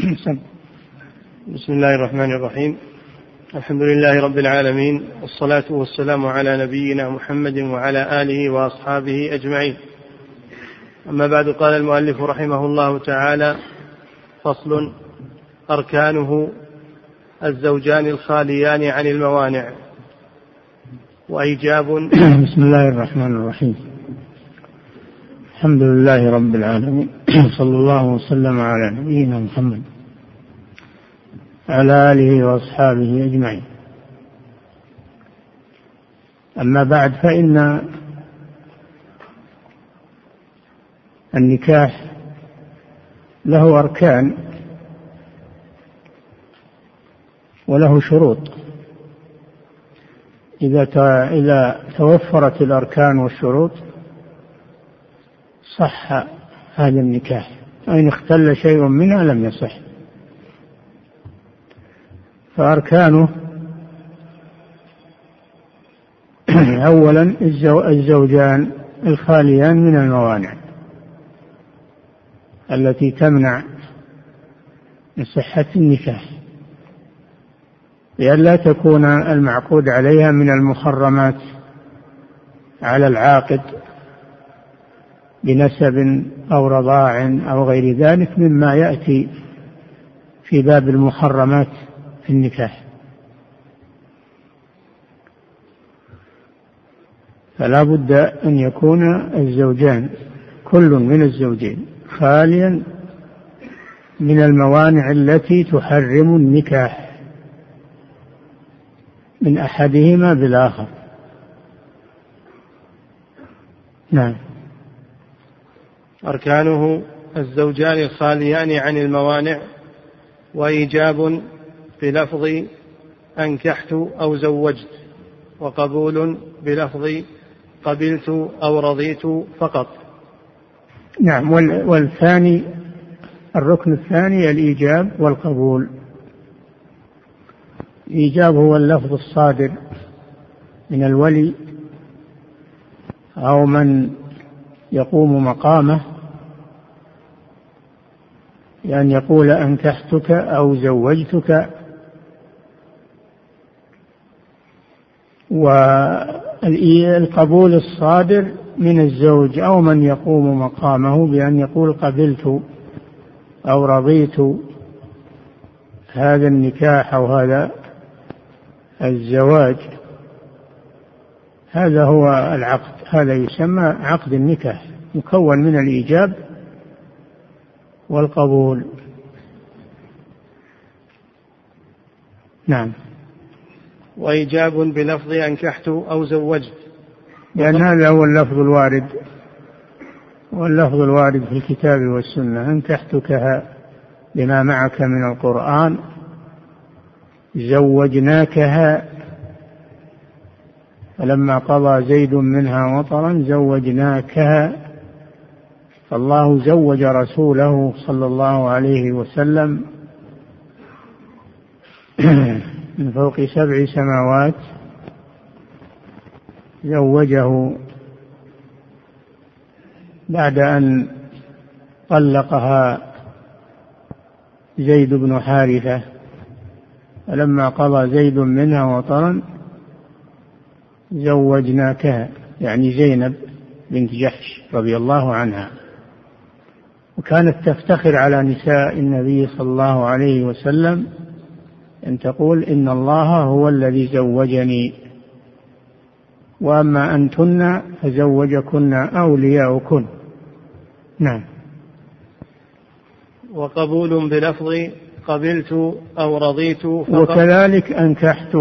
بسم الله الرحمن الرحيم. الحمد لله رب العالمين، والصلاة والسلام على نبينا محمد وعلى آله وأصحابه أجمعين. أما بعد، قال المؤلف رحمه الله تعالى: فصل: أركانه الزوجان الخاليان عن الموانع وإيجاب. بسم الله الرحمن الرحيم. الحمد لله رب العالمين، صلى الله وسلم على نبينا محمد على آله وأصحابه أجمعين. أما بعد، فإن النكاح له أركان وله شروط. إذا توفرت الأركان والشروط صح هذا النكاح، وإن اختل شيء منها لم يصح. فأركانه: أولا الزوجان الخاليان من الموانع التي تمنع من صحة النكاح، لئلا تكون المعقود عليها من المحرمات على العاقد بنسب أو رضاع أو غير ذلك مما يأتي في باب المحرمات في النكاح. فلا بد أن يكون الزوجان كل من الزوجين خاليا من الموانع التي تحرم النكاح من أحدهما بالآخر. نعم. أركانه الزوجان الخاليان عن الموانع وإيجاب بلفظ أنكحت أو زوجت، وقبول بلفظ قبلت أو رضيت فقط. نعم. والثاني، الركن الثاني الإيجاب والقبول. الإيجاب هو اللفظ الصادر من الولي أو من يقوم مقامه، يعني يقول أنكحتك أو زوجتك. والقبول الصادر من الزوج أو من يقوم مقامه بأن يقول قبلت أو رضيت هذا النكاح أو هذا الزواج. هذا هو العقد، هذا يسمى عقد النكاح، مكون من الإيجاب والقبول. نعم. وإيجاب بلفظ أنكحت أو زوجت، لأن هذا هو اللفظ الوارد، واللفظ الوارد في الكتاب والسنة: أنكحتكها بما معك من القرآن، زوجناكها، فلما قضى زيد منها وطرا زوجناكها. فالله زوج رسوله صلى الله عليه وسلم من فوق 7 سماوات، زوجه بعد أن طلقها زيد بن حارثة، فلما قضى زيد منها وطرا زوجناكها، يعني زينب بنت جحش رضي الله عنها. وكانت تفتخر على نساء النبي صلى الله عليه وسلم أن تقول: إن الله هو الذي زوجني، وأما أنتن فزوجكن أولياؤكن. نعم. وقبول بلفظ قبلت أو رضيت فقط. وكذلك أنكحت،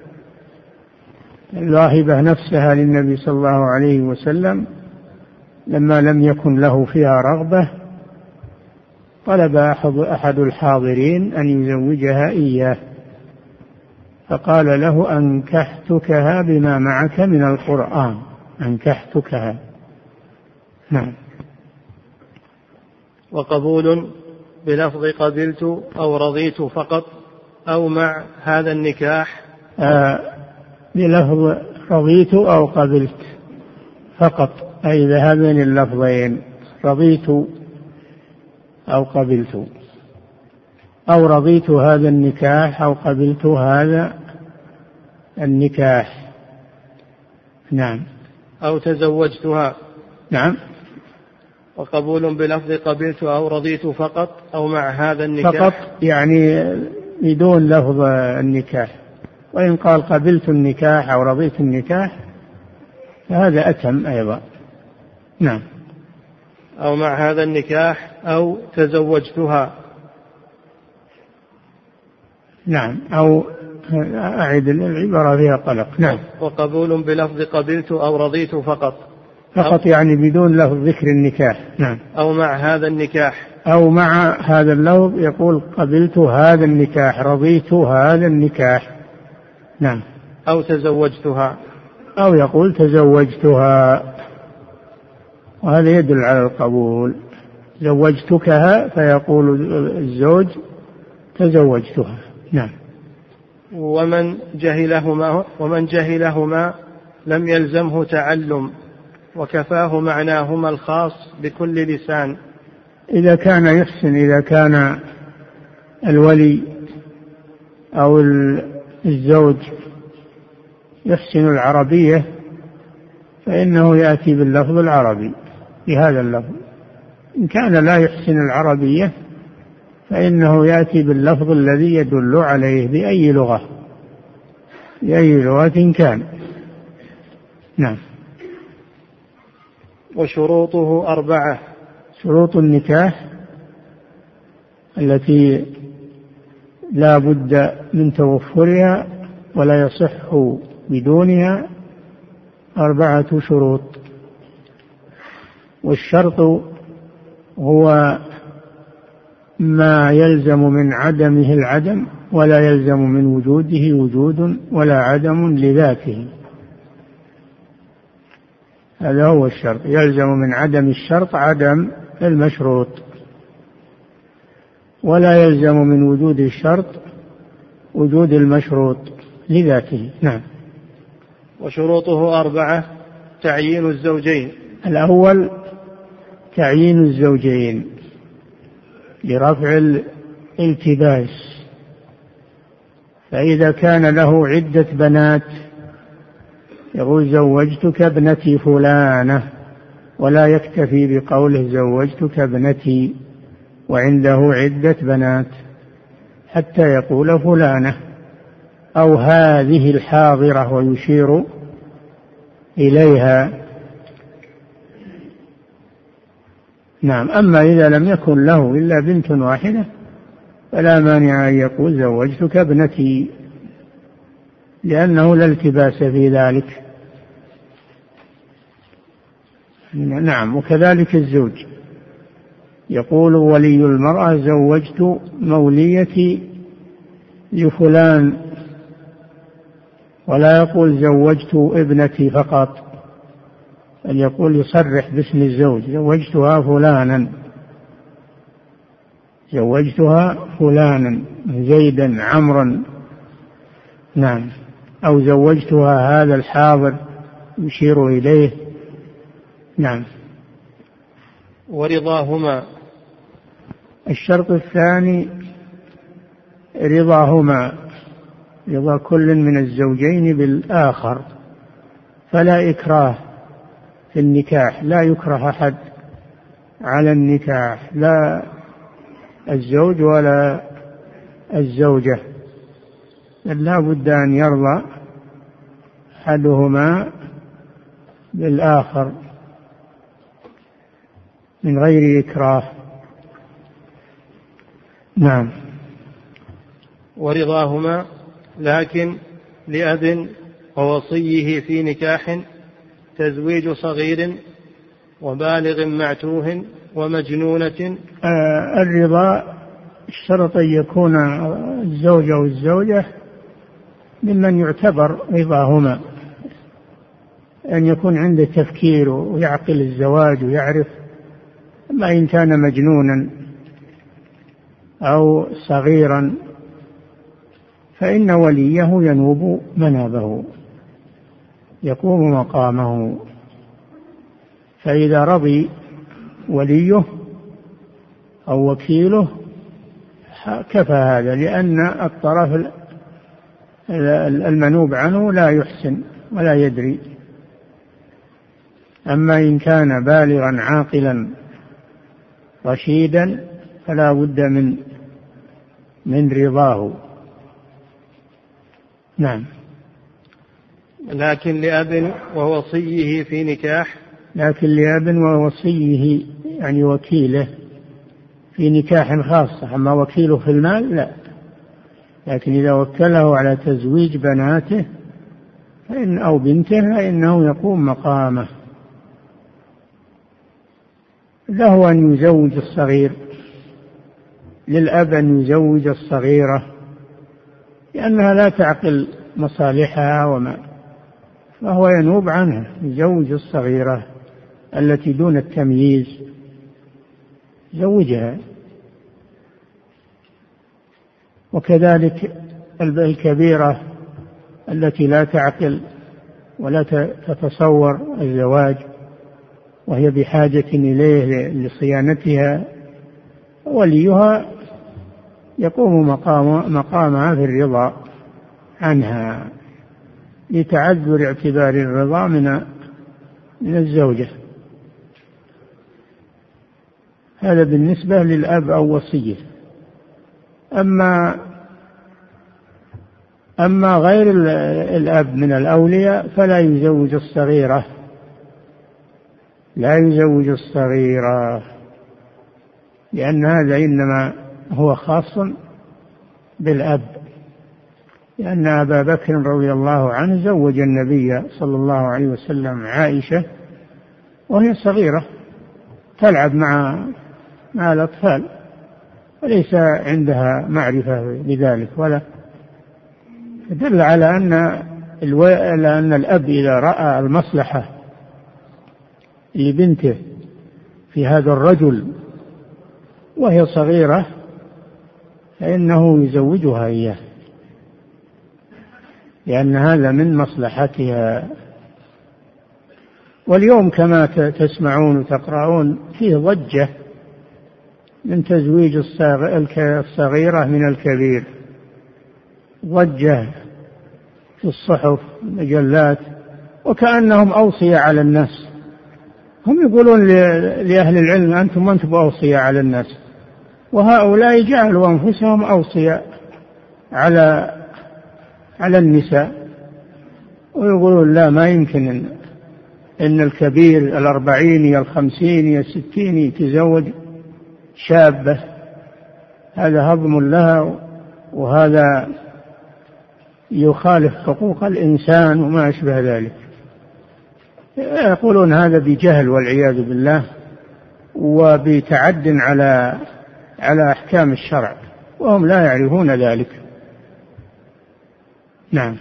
الواهبة نفسها للنبي صلى الله عليه وسلم لما لم يكن له فيها رغبة، طلب أحد الحاضرين أن يزوجها إياه، فقال له: أنكحتكها بما معك من القرآن، أنكحتكها. نعم. وقبول بلفظ قبلت أو رضيت فقط، أو مع هذا النكاح. بلفظ رضيت أو قبلت فقط، أي بهذين اللفظين: رضيت أو قبلت. أو رضيت هذا النكاح أو قبلت هذا النكاح. نعم. أو تزوجتها. نعم. وقبول بلفظ قبلت أو رضيت فقط أو مع هذا النكاح. فقط يعني بدون لفظ النكاح، وإن قال قبلت النكاح أو رضيت النكاح فهذا أتم أيضا. نعم. أو مع هذا النكاح أو تزوجتها. نعم. أو أعد العبارة فيها قلق. نعم. وقبول بلفظ قبلت أو رضيت فقط. فقط يعني بدون لفظ ذكر النكاح. نعم. أو مع هذا النكاح. أو مع هذا اللفظ يقول قبلت هذا النكاح، رضيت هذا النكاح. نعم. أو تزوجتها. أو يقول تزوجتها، وهذا يدل على القبول. زوجتكها فيقول الزوج تزوجتها. نعم. ومن جهلهما لم يلزمه تعلم، وكفاه معناهما الخاص بكل لسان. إذا كان يحسن، إذا كان الولي أو الزوج يحسن العربية فإنه يأتي باللفظ العربي بهذا اللفظ. إن كان لا يحسن العربية فإنه يأتي باللفظ الذي يدل عليه بأي لغة كان. نعم. وشروطه 4. شروط النكاح التي لا بد من توفرها ولا يصح بدونها 4 شروط. والشرط هو ما يلزم من عدمه العدم ولا يلزم من وجوده وجود ولا عدم لذاته. هذا هو الشرط. يلزم من عدم الشرط عدم المشروط، ولا يلزم من وجود الشرط وجود المشروط لذاته. نعم. وشروطه 4. تعيين الزوجين. الأول تعيين الزوجين لرفع الالتباس. فإذا كان له عدة بنات يقول زوجتك ابنتي فلانة، ولا يكتفي بقوله زوجتك ابنتي وعنده عدة بنات، حتى يقول فلانة أو هذه الحاضرة ويشير إليها. نعم. أما إذا لم يكن له إلا بنت واحدة فلا مانع أن يقول زوجتك ابنتي، لأنه لا التباس في ذلك. نعم. وكذلك الزوج يقول ولي المرأة زوجت موليتي لفلان، ولا يقول زوجت ابنتي فقط، بل يقول يصرح باسم الزوج زوجتها فلانا، زوجتها فلانا زيدا عمرا. نعم. أو زوجتها هذا الحاضر يشير إليه. نعم. ورضاهما. الشرط الثاني رضاهما، رضا كل من الزوجين بالآخر، فلا إكراه في النكاح، لا يكره أحد على النكاح، لا الزوج ولا الزوجة، لا بد أن يرضى أحدهما بالآخر من غير إكراه. نعم. ورضاهما لكن لأب ووصيه في نكاح تزويج صغير وبالغ معتوه ومجنونة. الرضا اشترط أن يكون الزوج أو الزوجة ممن يعتبر رضاهما، أن يكون عنده تفكير ويعقل الزواج ويعرف. أما إن كان مجنونا أو صغيرا فإن وليه ينوب منابه، يقوم مقامه. فإذا رضي وليه أو وكيله كفى هذا، لأن الطرف المنوب عنه لا يحسن ولا يدري. أما إن كان بالغا عاقلا رشيدا فلا بد من رضاه. نعم. لكن لأب ووصيه في نكاح، لكن لأب ووصيه يعني وكيله في نكاح خاصة، أما وكيله في المال لا. لكن إذا وكله على تزويج بناته أو بنته فإنه يقوم مقامه. له أن يزوج الصغير، للأب أن يزوج الصغيرة لأنها لا تعقل مصالحها وما، فهو ينوب عنها، يزوج الصغيرة التي دون التمييز، زوجها. وكذلك الكبيرة التي لا تعقل ولا تتصور الزواج وهي بحاجة إليه لصيانتها، وليها يقوم مقامها في الرضا عنها لتعذر اعتبار الرضا من الزوجة. هذا بالنسبة للأب أو وصيه. أما غير الأب من الأولياء فلا يزوج الصغيرة، لا يزوج الصغيرة، لأن هذا إنما هو خاص بالأب، لأن أبا بكر رضي الله عنه زوج النبي صلى الله عليه وسلم عائشة وهي صغيرة تلعب مع الأطفال وليس عندها معرفة بذلك، ولا يدل على أن الأب إذا رأى المصلحة لبنته في هذا الرجل وهي صغيرة فإنه يزوجها إياه، لأن هذا من مصلحتها. واليوم كما تسمعون وتقرؤون فيه ضجة من تزويج الصغيرة من الكبير، ضجة في الصحف مجلات وكأنهم أوصية على الناس. هم يقولون لأهل العلم أنتم أوصية على الناس، وهؤلاء جعلوا أنفسهم أوصية على النساء، ويقولون لا، ما يمكن إن الكبير 40 50 60 يتزوج شابة، هذا هضم لها وهذا يخالف حقوق الإنسان وما أشبه ذلك. يقولون هذا بجهل والعياذ بالله وبتعد على أحكام الشرع وهم لا يعرفون ذلك. نعم.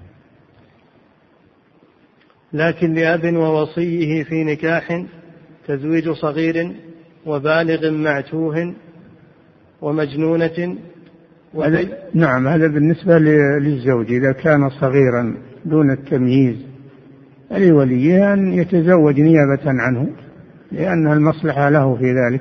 لكن لأب ووصيه في نكاح تزويج صغير وبالغ معتوه ومجنونة نعم، هذا بالنسبة للزوج إذا كان صغيرا دون التمييز لوليه أن يتزوج نيابة عنه لأن المصلحة له في ذلك.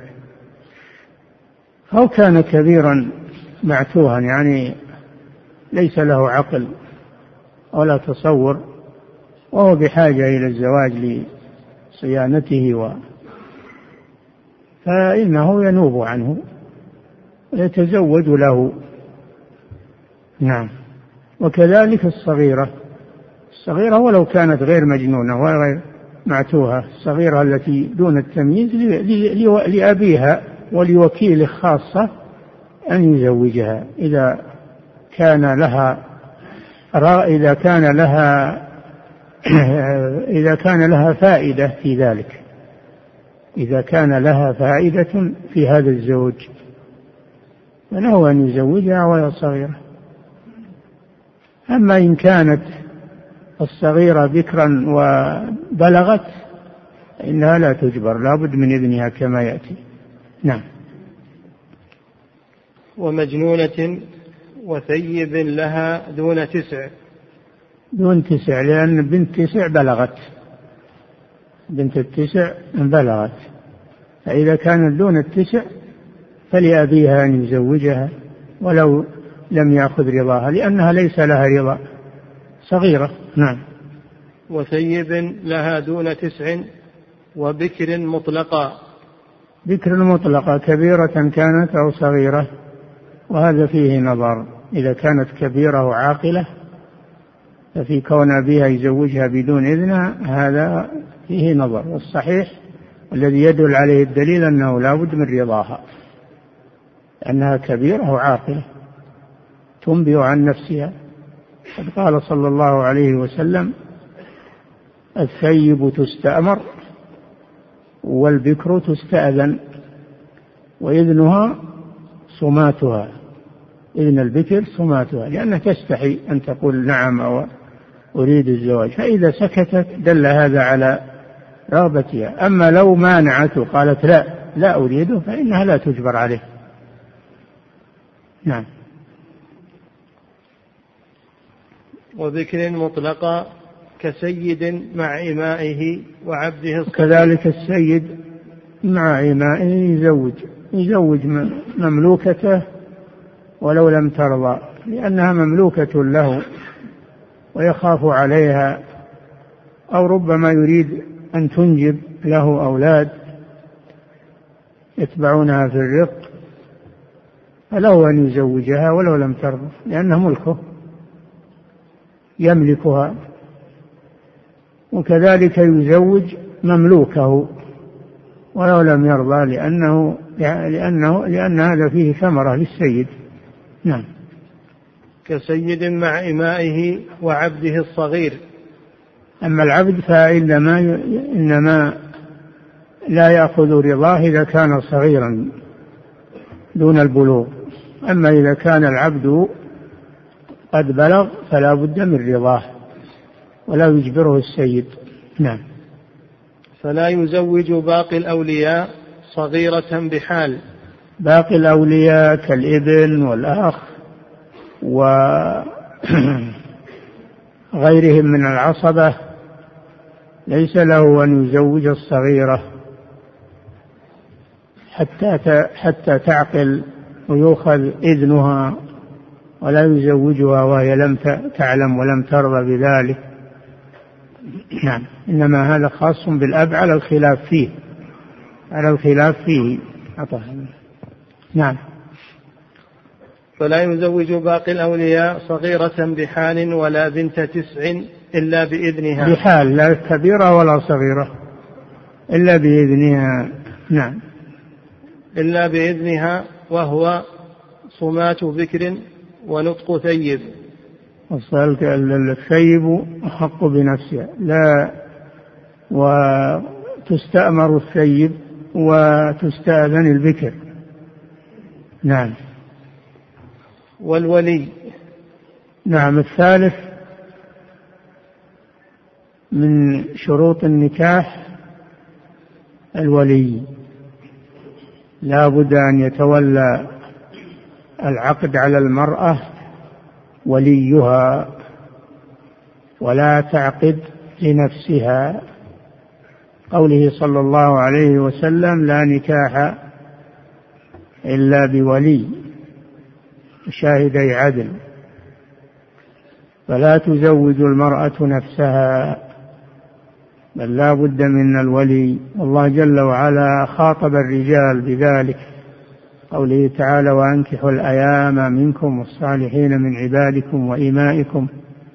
أو كان كبيرا معتوها يعني ليس له عقل ولا تصور وهو بحاجة إلى الزواج لصيانته فإنه ينوب عنه ويتزوج له. نعم. وكذلك الصغيرة ولو كانت غير مجنونة وغير معتوها، الصغيرة التي دون التمييز لأبيها ولوكيله خاصة أن يزوجها إذا كان لها فائدة في ذلك، إذا كان لها فائدة في هذا الزوج فله أن يزوجها وهي صغيرة. أما إن كانت الصغيرة بكرا وبلغت إنها لا تجبر، لا بد من إذنها كما يأتي. نعم. ومجنونة وثيب لها دون 9 لأن بنت 9 بلغت، بنت 9 بلغت، فإذا كانت دون 9 فلأبيها أن يزوجها ولو لم يأخذ رضاها، لأنها ليس لها رضا، صغيرة. نعم. وثيب لها دون 9 وبكر مطلقا. بكر مطلقة كبيرة كانت أو صغيرة، وهذا فيه نظر. إذا كانت كبيرة وعاقلة ففي كون أبيها يزوجها بدون إذنها هذا فيه نظر، والصحيح الذي يدل عليه الدليل أنه لا بد من رضاها، أنها كبيرة وعاقلة تنبئ عن نفسها. قد قال صلى الله عليه وسلم: الثيب تستأمر والبكر تستأذن وإذنها صماتها. إذن البكر صماتها، لأنها تستحي أن تقول نعم أو أريد الزواج، فإذا سكتت دل هذا على رغبتها. أما لو مانعته قالت لا أريده فإنها لا تجبر عليه. نعم. وبكر مطلقا كسيد مع إمائه وعبده الصغير. كذلك السيد مع إمائه يزوج مملوكته ولو لم ترضى، لأنها مملوكة له ويخاف عليها، أو ربما يريد أن تنجب له أولاد يتبعونها في الرق، فله أن يزوجها ولو لم ترضى، لأنها ملكه يملكها. وكذلك يزوج مملوكه ولو لم يرضى، لأن هذا فيه ثمرة للسيد. نعم. كسيد مع إمائه وعبده الصغير. أما العبد إنما لا يأخذ رضاه إذا كان صغيرا دون البلوغ، أما إذا كان العبد قد بلغ فلا بد من رضاه ولا يجبره السيد. نعم. فلا يزوج باقي الأولياء صغيرة بحال. باقي الأولياء كالابن والأخ وغيرهم من العصبة ليس له أن يزوج الصغيرة حتى تعقل ويؤخذ إذنها، ولا يزوجها وهي لم تعلم ولم ترضى بذلك. نعم. إنما هذا خاص بالأب على الخلاف فيه. نعم. فلا يزوج باقي الأولياء صغيرة بحال ولا بنت 9 إلا بإذنها. بحال، لا كبيرة ولا صغيرة، إلا بإذنها. نعم. إلا بإذنها، وهو صمات بكر ونطق ثيب. الثيب أحق بنفسها، لا وتستأمر الثيب وتستأذن البكر. نعم. والولي. نعم. الثالث من شروط النكاح الولي، لا بد أن يتولى العقد على المرأة وليها، ولا تعقد لنفسها. قوله صلى الله عليه وسلم: لا نكاح إلا بولي شاهدي عدل. فلا تزوج المرأة نفسها، بل لا بد من الولي. الله جل وعلا خاطب الرجال بذلك، قوله تعالى: وأنكحوا الأيام منكم والصالحين من عبادكم وإمائكم.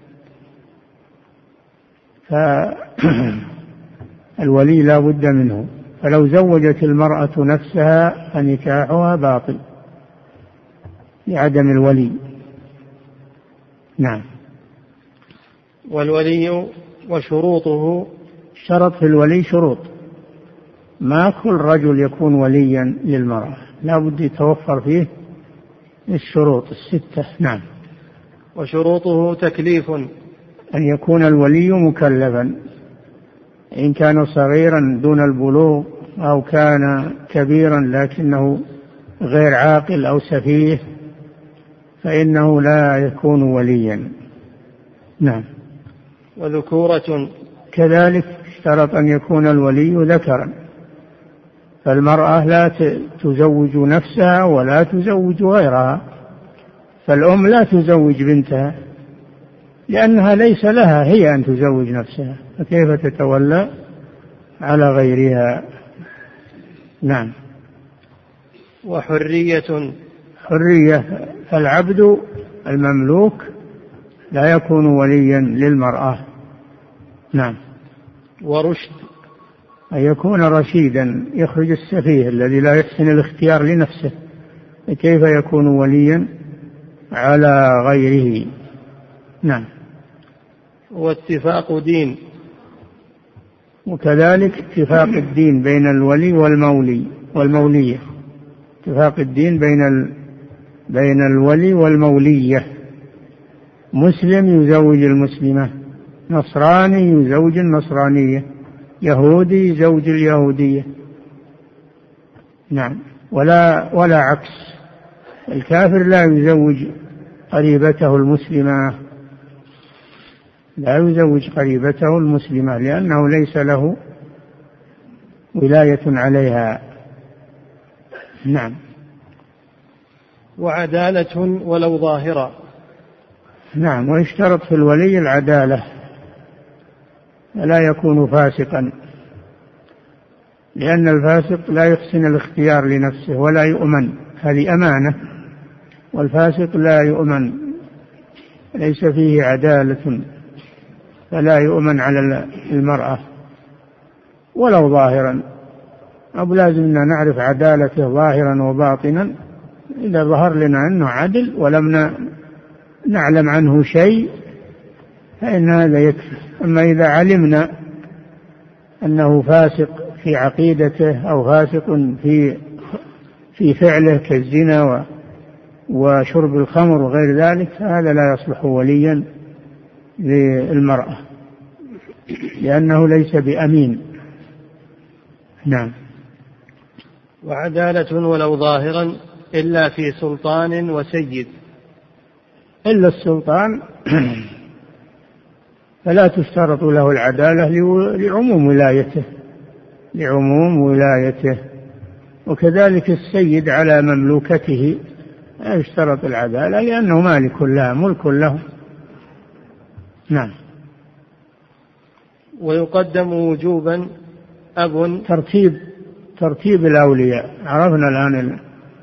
فالولي لا بد منه، فلو زوجت المرأة نفسها فنكاحها باطل لعدم الولي. نعم. والولي وشروطه. شرط في الولي شروط، ما كل رجل يكون وليا للمرأة، لا بد يتوفر فيه الشروط 6. نعم. وشروطه تكليف، أن يكون الولي مكلفا، إن كان صغيرا دون البلوغ أو كان كبيرا لكنه غير عاقل أو سفيه فإنه لا يكون وليا. نعم. وذكورة. كذلك اشترط أن يكون الولي ذكرا، فالمرأة لا تزوج نفسها ولا تزوج غيرها، فالأم لا تزوج بنتها لأنها ليس لها هي أن تزوج نفسها، فكيف تتولى على غيرها؟ نعم. وحرية، حرية، فالعبد المملوك لا يكون وليا للمرأة. نعم. ورشد، أن يكون رشيدا، يخرج السفيه الذي لا يحسن الاختيار لنفسه، كيف يكون وليا على غيره؟ نعم. واتفاق دين، وكذلك اتفاق الدين بين الولي والمولية، اتفاق الدين بين الولي والمولية، مسلم يزوج المسلمة، نصراني يزوج النصرانية، يهودي يزوج اليهودية. نعم. ولا عكس، الكافر لا يزوج قريبته المسلمة، لا يزوج قريبته المسلمة لأنه ليس له ولاية عليها. نعم. وعدالة ولو ظاهرة. نعم. ويشترط في الولي العدالة، لا يكون فاسقا، لأن الفاسق لا يحسن الاختيار لنفسه ولا يؤمن، هذه أمانة، والفاسق لا يؤمن، ليس فيه عدالة، فلا يؤمن على المرأة ولو ظاهرا. أو لازمنا نعرف عدالته ظاهرا وباطنا، إذا ظهر لنا أنه عدل ولم نعلم عنه شيء فإن هذا يكفي. أما إذا علمنا أنه فاسق في عقيدته أو فاسق في فعله كالزنا وشرب الخمر وغير ذلك، فهذا لا يصلح وليا للمرأة لأنه ليس بأمين. نعم. وعدالة ولو ظاهرا إلا في سلطان وسيد، إلا السلطان فلا تشترط له العدالة لعموم ولايته، وكذلك السيد على مملوكته لا يشترط العدالة لأنه مالك لها، ملك له. نعم. ويقدم وجوبا أب، ترتيب الأولياء. عرفنا الآن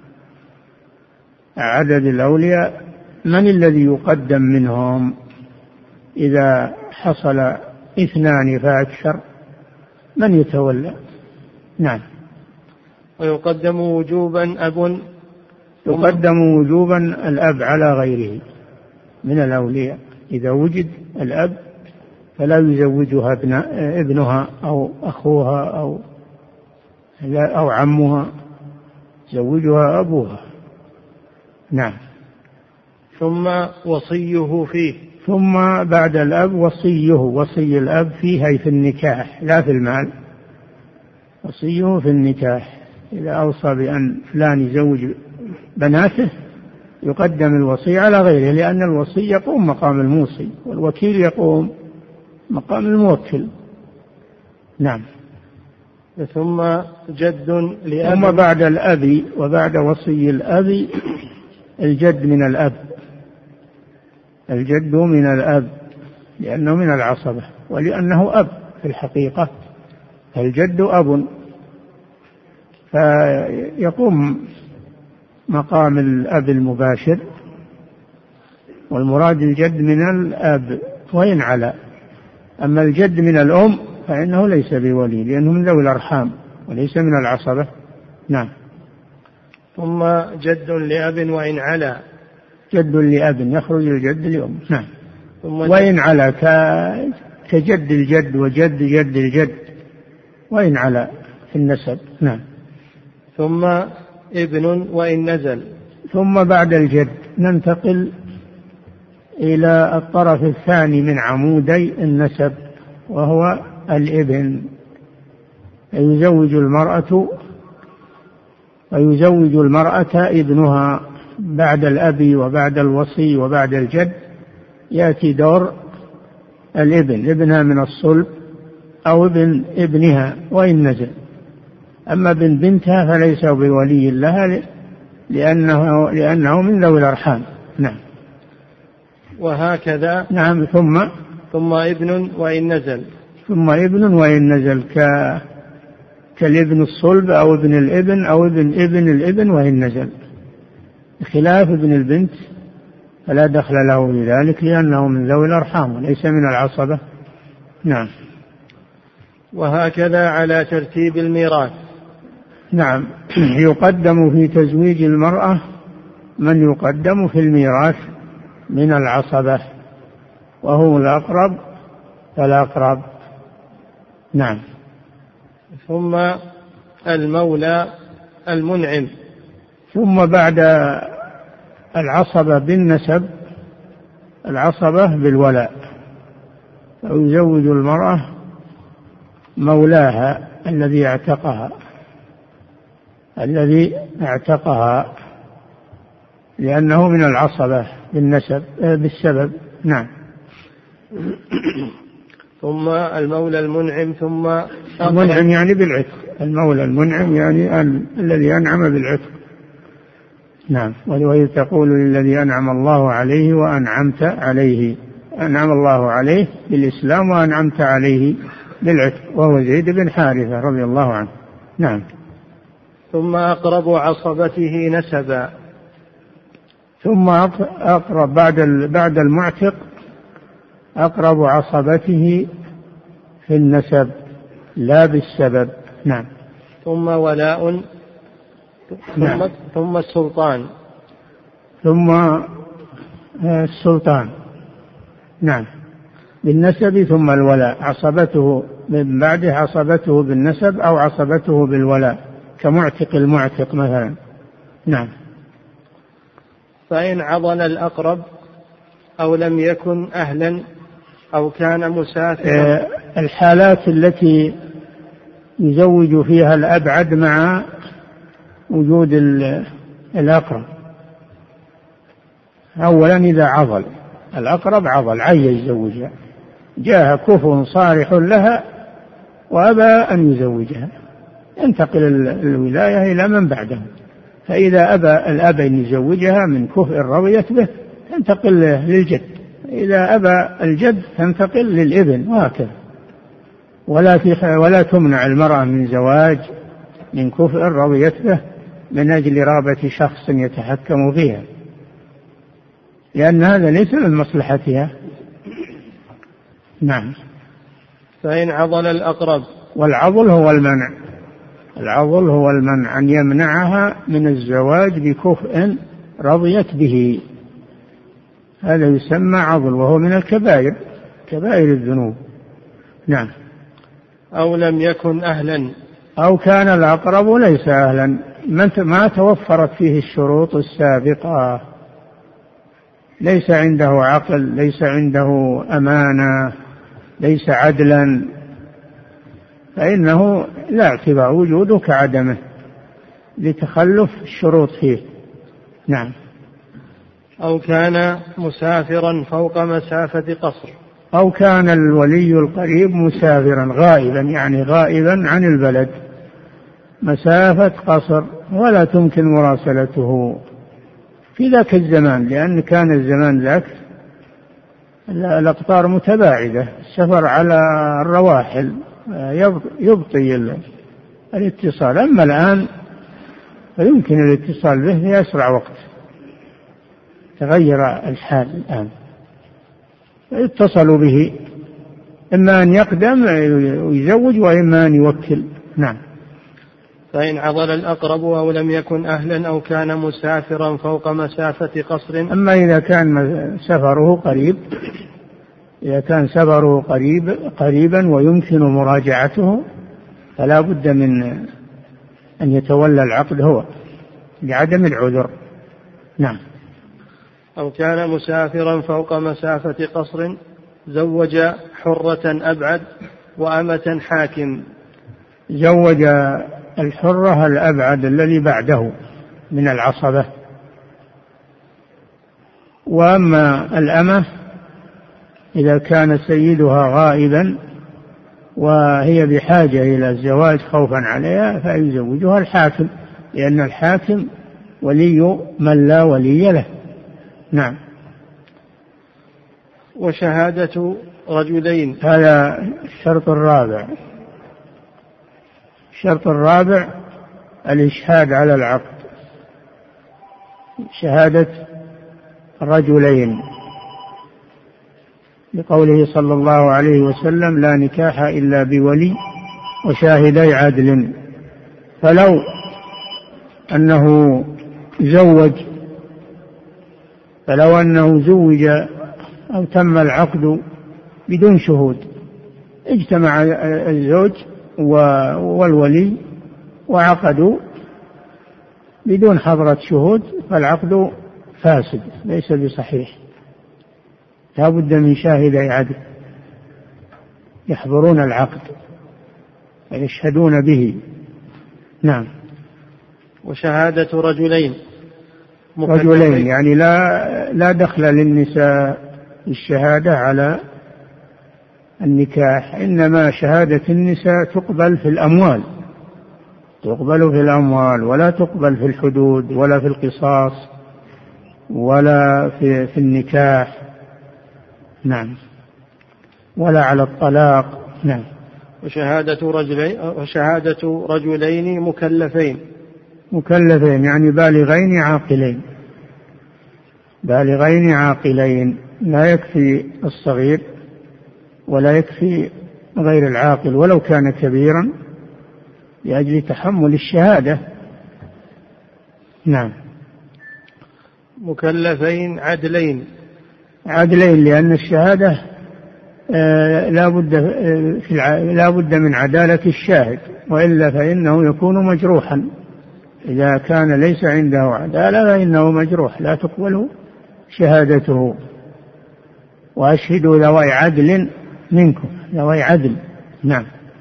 عدد الأولياء، من الذي يقدم منهم؟ إذا حصل 2 فأكثر من يتولى؟ نعم. ويقدم وجوبا أب، يقدم وجوبا الأب على غيره من الأولياء، إذا وجد الأب فلا يزوجها ابنها أو أخوها أو عمها، يزوجها أبوها. نعم. ثم وصيه فيه، ثم بعد الأب وصي الأب فيه، أي في النكاح لا في المال، وصيه في النكاح. إذا أوصى بأن فلان يزوج بناته يقدم الوصي على غيره، لأن الوصي يقوم مقام الموصي والوكيل يقوم مقام الموكل. نعم. ثم جد لأب، ثم بعد الأب وبعد وصي الأب الجد من الأب، الجد من الأب لأنه من العصبة، ولأنه أب في الحقيقة، الجد أب، فيقوم مقام الأب المباشر، والمراد الجد من الأب وإن على. أما الجد من الأم فإنه ليس بولي لأنه من ذوي الأرحام وليس من العصبة. نعم. ثم جد لأب وإن على، جد لأب يخرج الجد لأم. نعم. وإن على كجد الجد وجد جد الجد، وإن على في النسب. نعم. ثم ابن وإن نزل. ثم بعد الجد ننتقل إلى الطرف الثاني من عمودي النسب، وهو الابن. يزوج المرأة ابنها بعد الأب وبعد الوصي وبعد الجد، يأتي دور الابن، ابنها من الصلب أو ابن ابنها وإن نزل. أما بنتها فليس بولي لها لأنه من ذوي الأرحام، نعم. وهكذا. نعم. ثم ابن وإن نزل. ثم ابن وإن نزل كالابن الصلب أو ابن الابن أو ابن الابن وإن نزل، بخلاف ابن البنت فلا دخل له في ذلك لأنه من ذوي الأرحام وليس من العصبة. نعم. وهكذا على ترتيب الميراث. نعم. يقدم في تزويج المرأة من يقدم في الميراث من العصبة وهو الأقرب فالأقرب. نعم. ثم المولى المنعم. ثم بعد العصبة بالنسب العصبة بالولاء، ويزوج المرأة مولاها الذي اعتقها لأنه من العصبة بالسبب. نعم. ثم المولى المنعم. ثم المنعم يعني بالعتق، المولى المنعم يعني الذي أنعم بالعتق. نعم. وإذ تقول للذي أنعم الله عليه وأنعمت عليه، أنعم الله عليه بالإسلام وأنعمت عليه بالعتق، وهو زيد بن حارثة رضي الله عنه. نعم. ثم أقرب عصبته نسبا. ثم أقرب بعد المعتق أقرب عصبته في النسب لا بالسبب. نعم. ثم ولاء. نعم. ثم السلطان. ثم السلطان. نعم. بالنسب ثم الولاء، عصبته من بعده عصبته بالنسب أو عصبته بالولاء كمعتق المعتق مثلا. نعم. فإن عضل الأقرب أو لم يكن أهلا أو كان مسافرا. الحالات التي يزوج فيها الأبعد مع وجود الأقرب. أولا إذا عضل الأقرب عيا يزوجها، جاء كفء صارح لها وأبى أن يزوجها، ينتقل الولاية إلى من بعده. فإذا أبى الأب أن يزوجها من كفء رضيت به تنتقل للجد، إذا أبى الجد تنتقل للابن، وهكذا. ولا تمنع المرأة من زواج من كفء رضيت به من أجل رغبة شخص يتحكم فيها، لأن هذا ليس من مصلحتها. نعم. فإن عضل الأقرب. والعضل هو المنع، العضل هو المنع، أن يمنعها من الزواج بكفء رضيت به، هذا يسمى عضل، وهو من الكبائر، كبائر الذنوب. نعم. أو لم يكن أهلا. أو كان الأقرب ليس أهلا، ما توفرت فيه الشروط السابقة، ليس عنده عقل، ليس عنده أمانة، ليس عدلا، فإنه لا اعتبار وجوده كعدمه لتخلف الشروط فيه. نعم. أو كان مسافرا فوق مسافة قصر. أو كان الولي القريب مسافرا غائبا، يعني غائبا عن البلد مسافة قصر ولا تمكن مراسلته في ذاك الزمان، لأن كان الزمان ذاك الأقطار متباعدة، السفر على الرواحل يبطي الاتصال. أما الآن فيمكن الاتصال به في أسرع وقت، تغير الحال الآن، اتصلوا به، إما أن يقدم ويزوج وإما أن يوكل. نعم. فإن عضل الأقرب أو لم يكن أهلا أو كان مسافرا فوق مسافة قصر. أما إذا كان سفره قريب، إذا كان سفره قريبا ويمكن مراجعته فلا بد من أن يتولى العقد هو لعدم العذر. نعم. أو كان مسافرا فوق مسافة قصر زوج حرة أبعد وأمة حاكم. زوج الحرة الأبعد الذي بعده من العصبة. وأما الأمة إذا كان سيدها غائبا وهي بحاجة إلى الزواج خوفا عليها فيزوجها الحاكم، لأن الحاكم ولي من لا ولي له، نعم. وشهادة رجلين. هذا الشرط الرابع. الشرط الرابع الإشهاد على العقد، شهادة رجلين، لقوله صلى الله عليه وسلم: لا نكاح إلا بولي وشاهدي عدل. فلو أنه زوج أو تم العقد بدون شهود، اجتمع الزوج والولي وعقدوا بدون حضرة شهود، فالعقد فاسد ليس بصحيح، لا بد من شاهدي عدل يحضرون العقد ويشهدون به. نعم. وشهادة رجلين يعني لا دخل للنساء الشهادة على النكاح، إنما شهادة النساء تقبل في الأموال، ولا تقبل في الحدود ولا في القصاص ولا في النكاح. نعم. ولا على الطلاق. نعم. وشهادة رجلين مكلفين يعني بالغين عاقلين، لا يكفي الصغير ولا يكفي غير العاقل ولو كان كبيرا لأجل تحمل الشهادة. نعم. مكلفين عدلين، لأن الشهادة لا بد من عدالة الشاهد، وإلا فإنه يكون مجروحا. إذا كان ليس عنده عدالة فإنه مجروح، لا تقبل شهادته. وأشهدوا ذوي عدل منكم، ذوي عدل. نعم.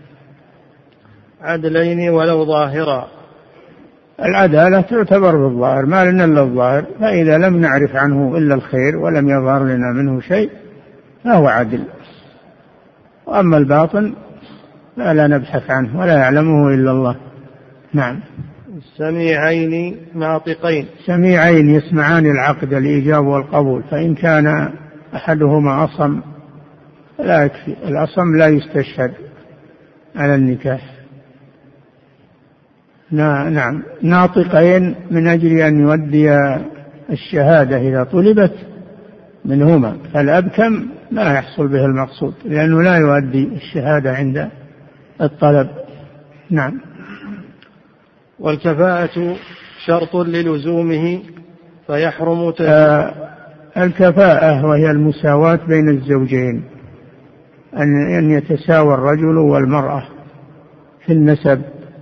عدلين ولو ظاهرا. العدالة تعتبر بالظاهر، ما لنا إلا الظاهر، فإذا لم نعرف عنه إلا الخير ولم يظهر لنا منه شيء فهو عدل. وأما الباطن فلا نبحث عنه ولا يعلمه إلا الله. نعم. سميعين ناطقين، يسمعان العقد، الإيجاب والقبول، فإن كان أحدهما أصم لا يكفي، الأصم لا يستشهد على النكاح. نعم. ناطقين من أجل أن يؤدي الشهادة إذا طلبت منهما، فالأبكم لا يحصل به المقصود لأنه لا يؤدي الشهادة عند الطلب. نعم. والكفاءة شرط للزومه فيحرم الكفاءة وهي المساواة بين الزوجين، أن يتساوى الرجل والمرأة في النسب،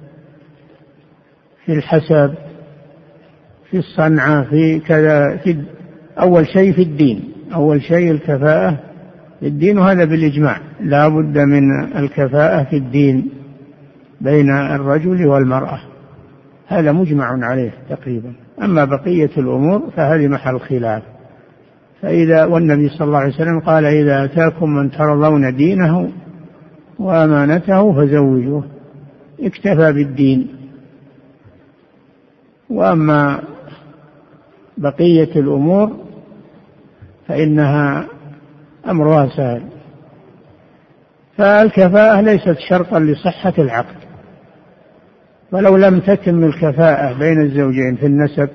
في الحسب، في الصنعة، في كذا، أول شيء في الدين، أول شيء الكفاءة في الدين، وهذا بالإجماع لا بد من الكفاءة في الدين بين الرجل والمرأة، هذا مجمع عليه تقريبا. أما بقية الأمور فهذه محل خلاف. والنبي صلى الله عليه وسلم قال: إذا أتاكم من ترضون دينه وأمانته فزوجوه، اكتفى بالدين. وأما بقية الأمور فإنها أمرها سهل. فالكفاءة ليست شرطا لصحة العقد، ولو لم تتم الكفاءة بين الزوجين في النسب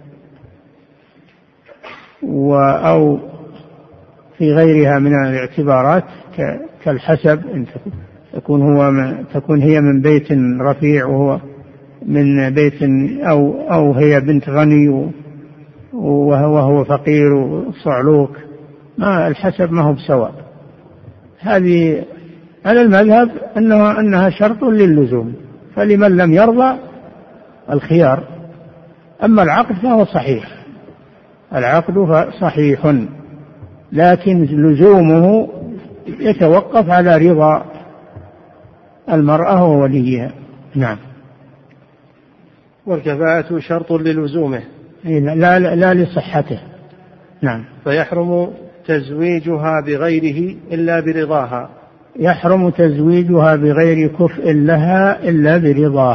أو في غيرها من الاعتبارات كالحسب، إن تكون هي من بيت رفيع وهو من بيت أو هي بنت غني وهو فقير وصعلوك، ما الحسب ما هو بسواء. هذه على المذهب أنها شرط للزوم، فلمن لم يرضى الخيار. أما العقد فهو صحيح، العقد صحيح، لكن لزومه يتوقف على رضا المرأة ووليها. نعم. والكفاءة شرط للزومه لا لصحته. نعم. فيحرم تزويجها بغيره إلا برضاها. يحرم تزويجها بغير كفء لها إلا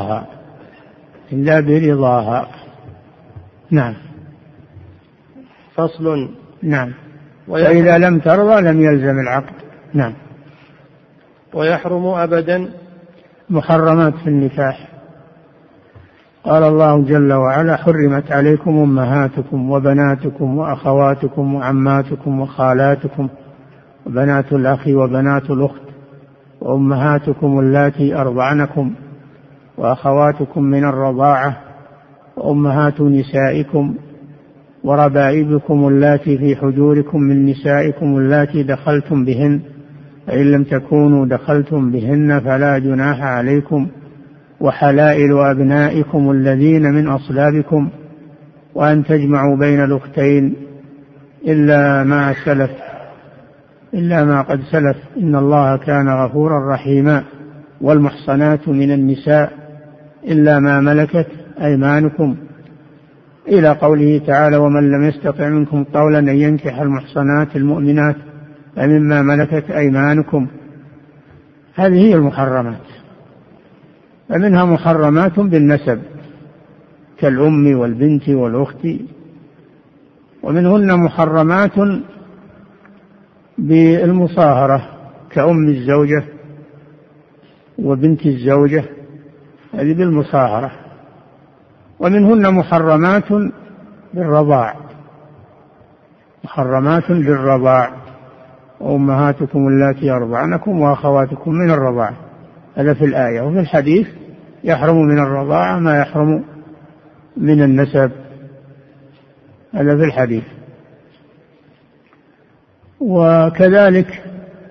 برضاها. نعم. فصل. نعم. وإذا لم ترضى لم يلزم العقد. نعم. ويحرم أبدا محرمات في النكاح. قال الله جل وعلا: حرمت عليكم أمهاتكم وبناتكم وأخواتكم وعماتكم وخالاتكم وبنات الأخ وبنات الأخت وأمهاتكم اللاتي أرضعنكم وأخواتكم من الرضاعة وأمهات نسائكم وربائبكم اللاتي في حجوركم من نسائكم اللاتي دخلتم بهن، فإن لم تكونوا دخلتم بهن فلا جناح عليكم، وحلائل أبنائكم الذين من أصلابكم، وأن تجمعوا بين الأختين إلا ما قد سلف إن الله كان غفورا رحيما. والمحصنات من النساء إلا ما ملكت أيمانكم، إلى قوله تعالى: ومن لم يستطع منكم طولا أن ينكح المحصنات المؤمنات فمما ملكت أيمانكم. هذه هي المحرمات. فمنها محرمات بالنسب كالأم والبنت والأخت، ومنهن محرمات بالمصاهرة كأم الزوجة وبنت الزوجة، هذه بالمصاهرة. ومنهن محرمات بالرضاع، محرمات بالرضاع: وأمهاتكم اللاتي أرضعنكم وأخواتكم من الرضاعة. هذا في الآية. وفي الحديث: يحرم من الرضاعة ما يحرم من النسب. هذا في الحديث. وكذلك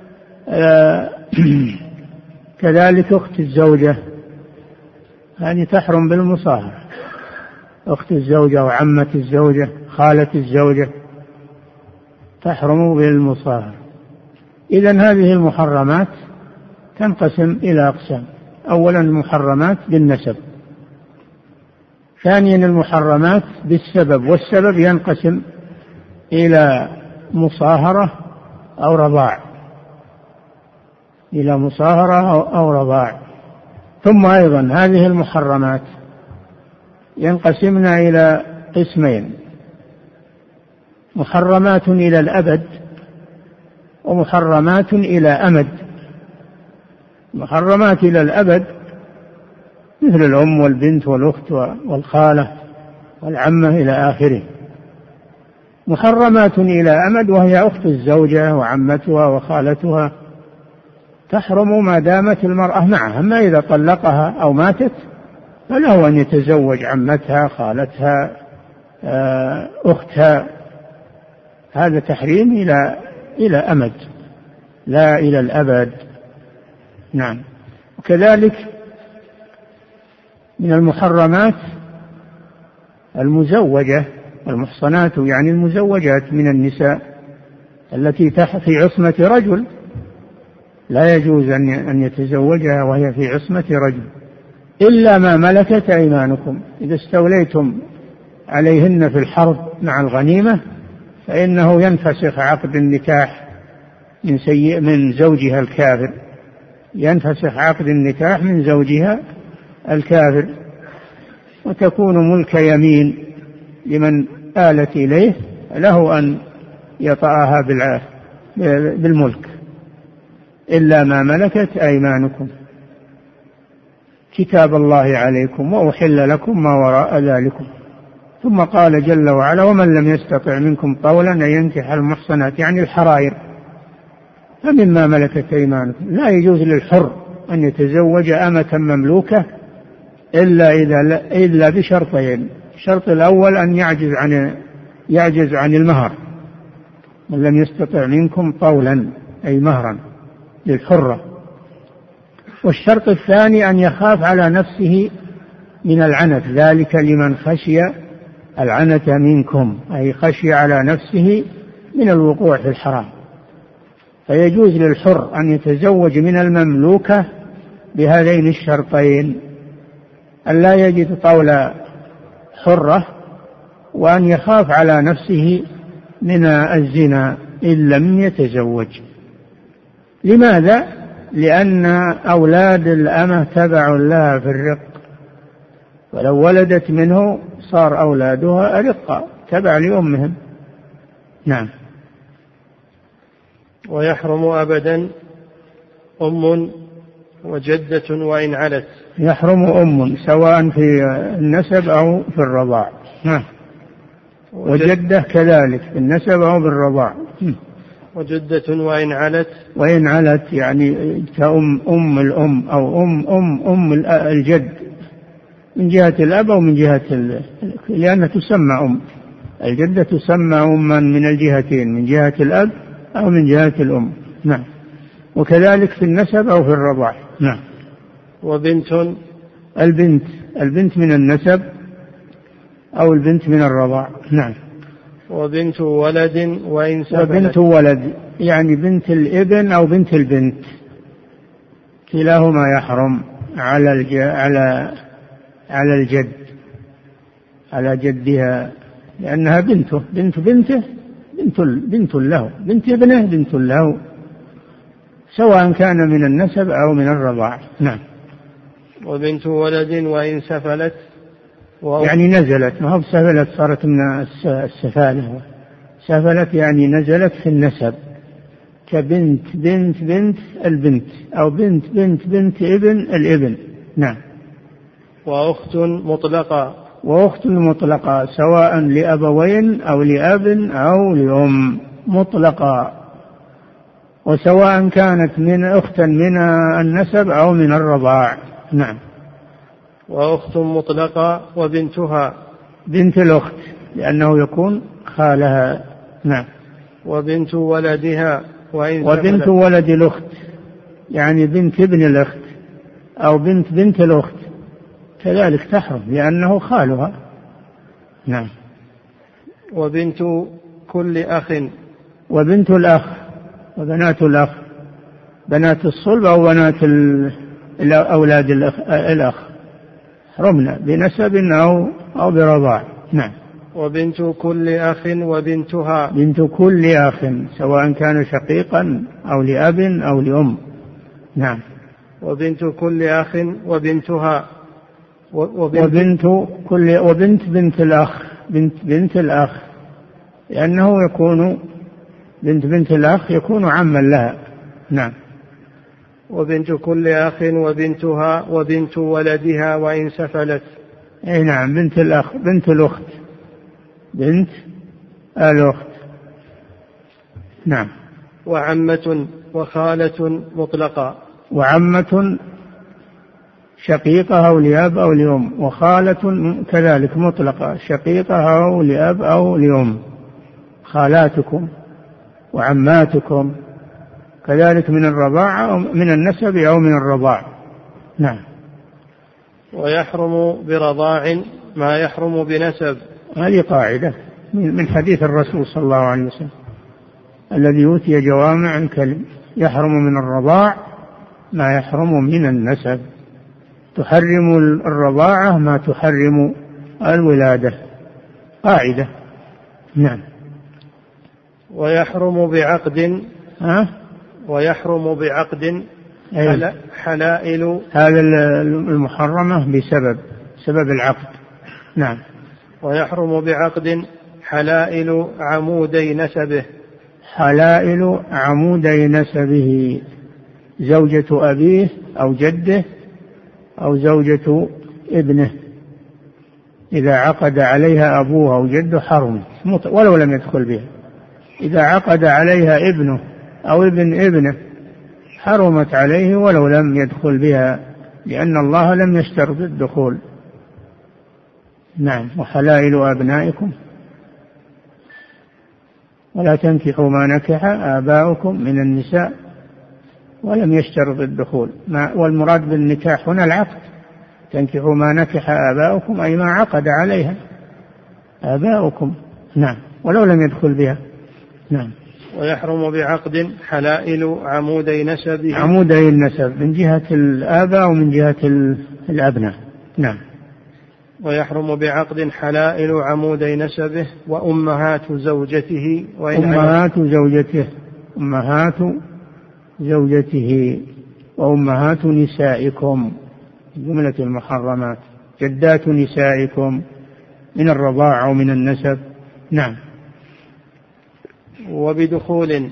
كذلك أخت الزوجة، هذه تحرم بالمصاهرة: أخت الزوجة وعمة الزوجة خالة الزوجة تحرم بالمصاهرة. إذن هذه المحرمات تنقسم إلى أقسام: أولا المحرمات بالنسب، ثانيا المحرمات بالسبب، والسبب ينقسم إلى مصاهرة أو رضاع، إلى مصاهرة أو رضاع. ثم أيضا هذه المحرمات ينقسمن إلى قسمين: محرمات إلى الأبد ومحرمات إلى أمد. محرمات إلى الأبد مثل الأم والبنت والأخت والخالة والعمة إلى آخره. محرمات إلى أمد وهي أخت الزوجة وعمتها وخالتها تحرم ما دامت المرأة معها، أما إذا طلقها أو ماتت فله أن يتزوج عمتها خالتها أختها. هذا تحريم إلى أمد لا إلى الأبد. نعم. وكذلك من المحرمات المزوجة، المحصنات يعني المزوجات من النساء التي في عصمة رجل، لا يجوز أن يتزوجها وهي في عصمة رجل إلا ما ملكت أيمانكم. إذا استوليتم عليهن في الحرب مع الغنيمة فإنه ينفسخ عقد النكاح من زوجها الكافر، ينفسخ عقد النكاح من زوجها الكافر، وتكون ملك يمين لمن آلت إليه، له أن يطأها بالملك إلا ما ملكت أيمانكم كتاب الله عليكم وأحل لكم ما وراء ذلكم. ثم قال جل وعلا: ومن لم يستطع منكم طولا أن ينكح المحصنات يعني الحرائر فمما ملكت أيمانكم. لا يجوز للحر أن يتزوج أمة مملوكة إلا بشرطين: الشرط الأول أن يعجز عن المهر، من لم يستطع منكم طولا أي مهرا للحرة. والشرط الثاني أن يخاف على نفسه من العنت، ذلك لمن خشي العنت منكم، أي خشي على نفسه من الوقوع في الحرام. فيجوز للحر أن يتزوج من المملوكة بهذين الشرطين: أن لا يجد طول حرة، وأن يخاف على نفسه من الزنا إن لم يتزوج. لماذا؟ لأن أولاد الأمة تبع لها في الرق، ولو ولدت منه صار أولادها أرقا تبع لأمهم، نعم. ويحرم أبدا أم وجدة وإن علت. يحرم أم سواء في النسب أو في الرضاع. نعم. وجدة كذلك في النسب أو بالرضاع. وجدة وإن علت. وإن علت يعني كأم الأم أو أم الجد من جهة الأب أو من جهة لأنها تسمى أم. الجدة تسمى أما من الجهتين، من جهة الأب أو من جهة الأم. نعم. وكذلك في النسب أو في الرضاع. نعم. وبنت. البنت من النسب أو البنت من الرضاع. نعم. وبنت ولد وإن سفلت. وبنت ولد يعني بنت الابن أو بنت البنت، كلاهما يحرم على الجد، على جدها، لأنها بنته، بنته بنت له، بنت ابنه بنت له، سواء كان من النسب أو من الرضاع. نعم. وبنت ولد وإن سفلت. يعني نزلت، ما هو سفلت صارت من السفالة، سفلت يعني نزلت في النسب، كبنت بنت البنت أو بنت ابن الابن. نعم. وأخت مطلقة سواء لأبوين أو لأب أو لأم مطلقة، وسواء كانت من أختا من النسب أو من الرضاع. نعم. وأخت مطلقة وبنتها. بنت الأخت لأنه يكون خالها. نعم. وبنت ولدها وبنت ولد الأخت يعني بنت ابن الأخت أو بنت الأخت كذلك تحرم لأنه خالها. نعم. وبنت كل أخ. وبنت الأخ وبنات الأخ، بنات الصلب أو بنات أولاد الأخ حرمنا بنسب أو برضاع. نعم. وبنت كل أخ وبنتها. بنت كل أخ سواء كان شقيقا أو لأب أو لأم. نعم. وبنت كل أخ وبنتها. وبنت الأخ، بنت الأخ لأنه يكون بنت الأخ يكون عما لها. نعم. وبنت كل أخ وبنتها وبنت ولدها وإن سفلت. أي نعم. بنت الأخ، بنت الأخت، بنت الأخت. نعم. وعمة وخالة مطلقة. وعمة شقيقة أو لأب أو لأم، وخالة كذلك مطلقة شقيقة أو لأب أو لأم، خالاتكم وعماتكم كذلك من الرضاعة أو من النسب أو من الرضاع. نعم. ويحرم برضاع ما يحرم بنسب. هذه قاعدة من حديث الرسول صلى الله عليه وسلم الذي أوتي جوامع الكلم، يحرم من الرضاع ما يحرم من النسب، تحرم الرضاعة ما تحرم الولادة، قاعدة. نعم. ويحرم بعقد حلائل. هذا المحرمة بسبب العقد. نعم. ويحرم بعقد حلائل عمودي نسبه. حلائل عمودي نسبه، زوجة أبيه أو جده أو زوجة ابنه، إذا عقد عليها أبوه أو جده حرم ولو لم يدخل بها. إذا عقد عليها ابنه أو ابنه حرمت عليه ولو لم يدخل بها، لأن الله لم يشترط الدخول. نعم. وحلائل أبنائكم ولا تنكحوا ما نكح آباؤكم من النساء، ولم يشترط الدخول. والمراد بالنكاح هنا العقد، تنكحوا ما نكح آباؤكم أي ما عقد عليها آباؤكم. نعم. ولو لم يدخل بها. نعم. ويحرم بعقد حلائل عمودي نسبه. عمودي النسب من جهة الآباء ومن جهة الأبناء. نعم. ويحرم بعقد حلائل عمودي نسبه وأمهات زوجته. أمهات زوجته وأمهات نسائكم جملة المحرمات، جدات نسائكم من الرضاعة ومن النسب. نعم. وبدخول.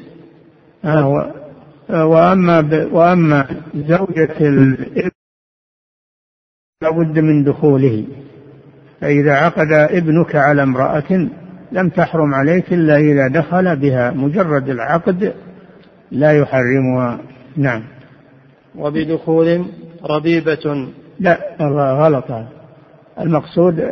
وأما زوجة الابن لابد من دخوله، فإذا عقد ابنك على امرأة لم تحرم عليك إلا إذا دخل بها، مجرد العقد لا يحرمها. نعم. وبدخول ربيبة. لا غلط، المقصود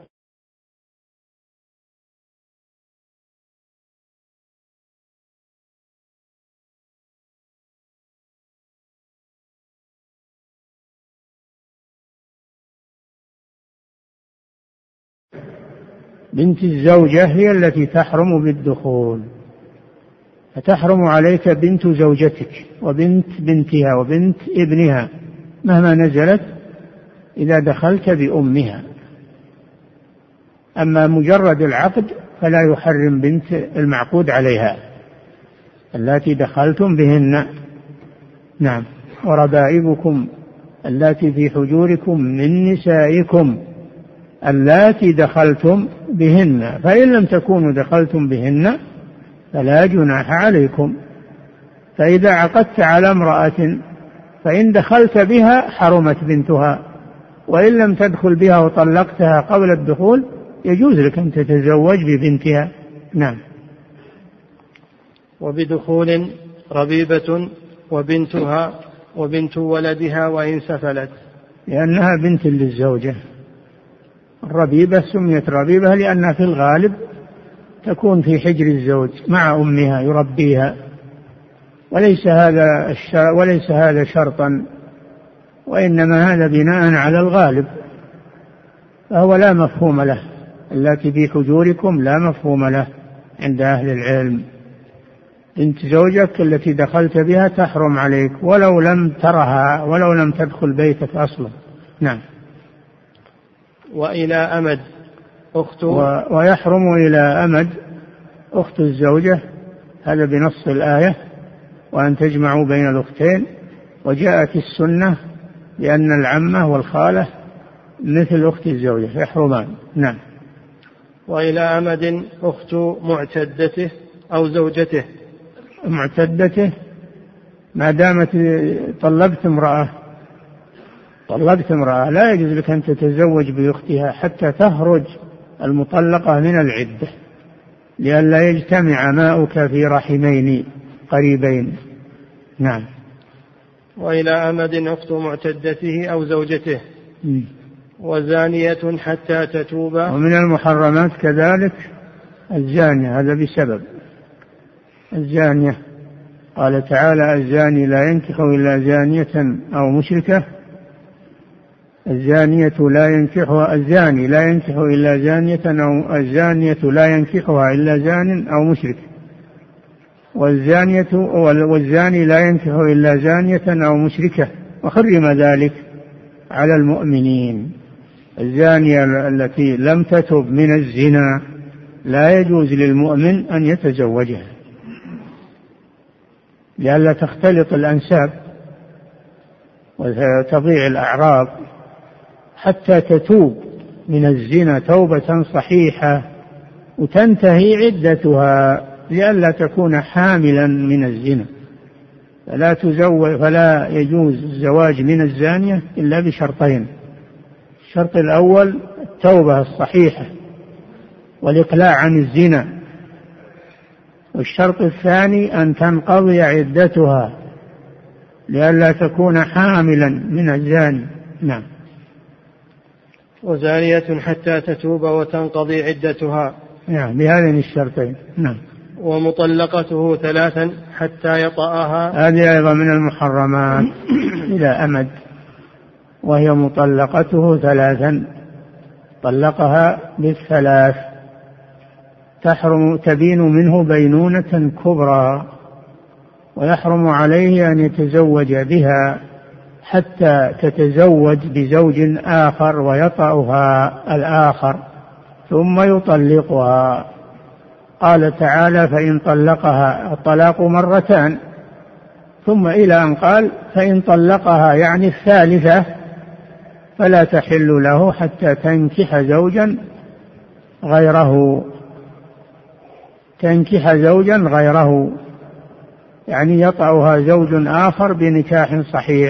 بنت الزوجة هي التي تحرم بالدخول، فتحرم عليك بنت زوجتك وبنت بنتها وبنت ابنها مهما نزلت إذا دخلت بأمها. أما مجرد العقد فلا يحرم بنت المعقود عليها اللاتي دخلتم بهن. نعم. وربائبكم اللاتي في حجوركم من نسائكم اللاتي دخلتم بهن، فإن لم تكونوا دخلتم بهن فلا جناح عليكم. فإذا عقدت على امرأة فإن دخلت بها حرمت بنتها، وإن لم تدخل بها وطلقتها قبل الدخول يجوز لك أن تتزوج ببنتها. نعم. وبدخول ربيبة وبنتها وبنت ولدها وإن سفلت، لأنها بنت للزوجة. الربيبة سميت ربيبة لأنها في الغالب تكون في حجر الزوج مع أمها يربيها، وليس هذا شرطا، وإنما هذا بناء على الغالب، فهو لا مفهوم له. التي في حجوركم لا مفهوم له عند أهل العلم. بنت زوجك التي دخلت بها تحرم عليك ولو لم ترها ولو لم تدخل بيتك أصلا. نعم. وإلى أمد أخت، ويحرم إلى أمد أخت الزوجة، هذا بنص الآية وأن تجمعوا بين الأختين، وجاءت السنة لأن العمة والخالة مثل أخت الزوجة يحرمان. نعم. وإلى أمد أخت معتدته أو زوجته. معتدته ما دامت طلقت امرأة لا يجوز لك أن تتزوج بأختها حتى تخرج المطلقة من العدة، لئلا يجتمع ماؤك في رحمين قريبين. نعم. وإلى أمد أخت معتدته أو زوجته. وزانية حتى تتوب. ومن المحرمات كذلك الزانية، هذا بسبب الزانية. قال تعالى: الزاني لا ينكح إلا زانية أو مشركة. الزاني لا ينكحها إلا زانية، أو الزانية لا ينكحها إلا زان أو مشرك. والزاني لا ينكح إلا زانية أو مشركة، وحرم ذلك على المؤمنين. الزانية التي لم تتب من الزنا لا يجوز للمؤمن أن يتزوجها لئلا تختلط الأنساب وتضيع الأعراض، حتى تتوب من الزنا توبة صحيحة وتنتهي عدتها لئلا تكون حاملا من الزنا. فلا يجوز الزواج من الزانية إلا بشرطين: الشرط الأول التوبة الصحيحة والإقلاع عن الزنا، والشرط الثاني أن تنقضي عدتها لئلا تكون حاملا من الزاني. نعم. وزانية حتى تتوب وتنقضي عدتها. نعم، بهذين الشرطين. نعم. ومطلقته 3 حتى يطأها، هذه أيضا من المحرمات إلى أمد، وهي مطلقته 3 طلقها ب3 تحرم، تبين منه بينونة كبرى، ويحرم عليه أن يتزوج بها حتى تتزوج بزوج آخر ويطأها الآخر ثم يطلقها. قال تعالى: فإن طلقها، الطلاق 2 ثم إلى أن قال: فإن طلقها يعني 3 فلا تحل له حتى تنكح زوجا غيره. تنكح زوجا غيره، يعني يطأها زوج آخر بنكاح صحيح،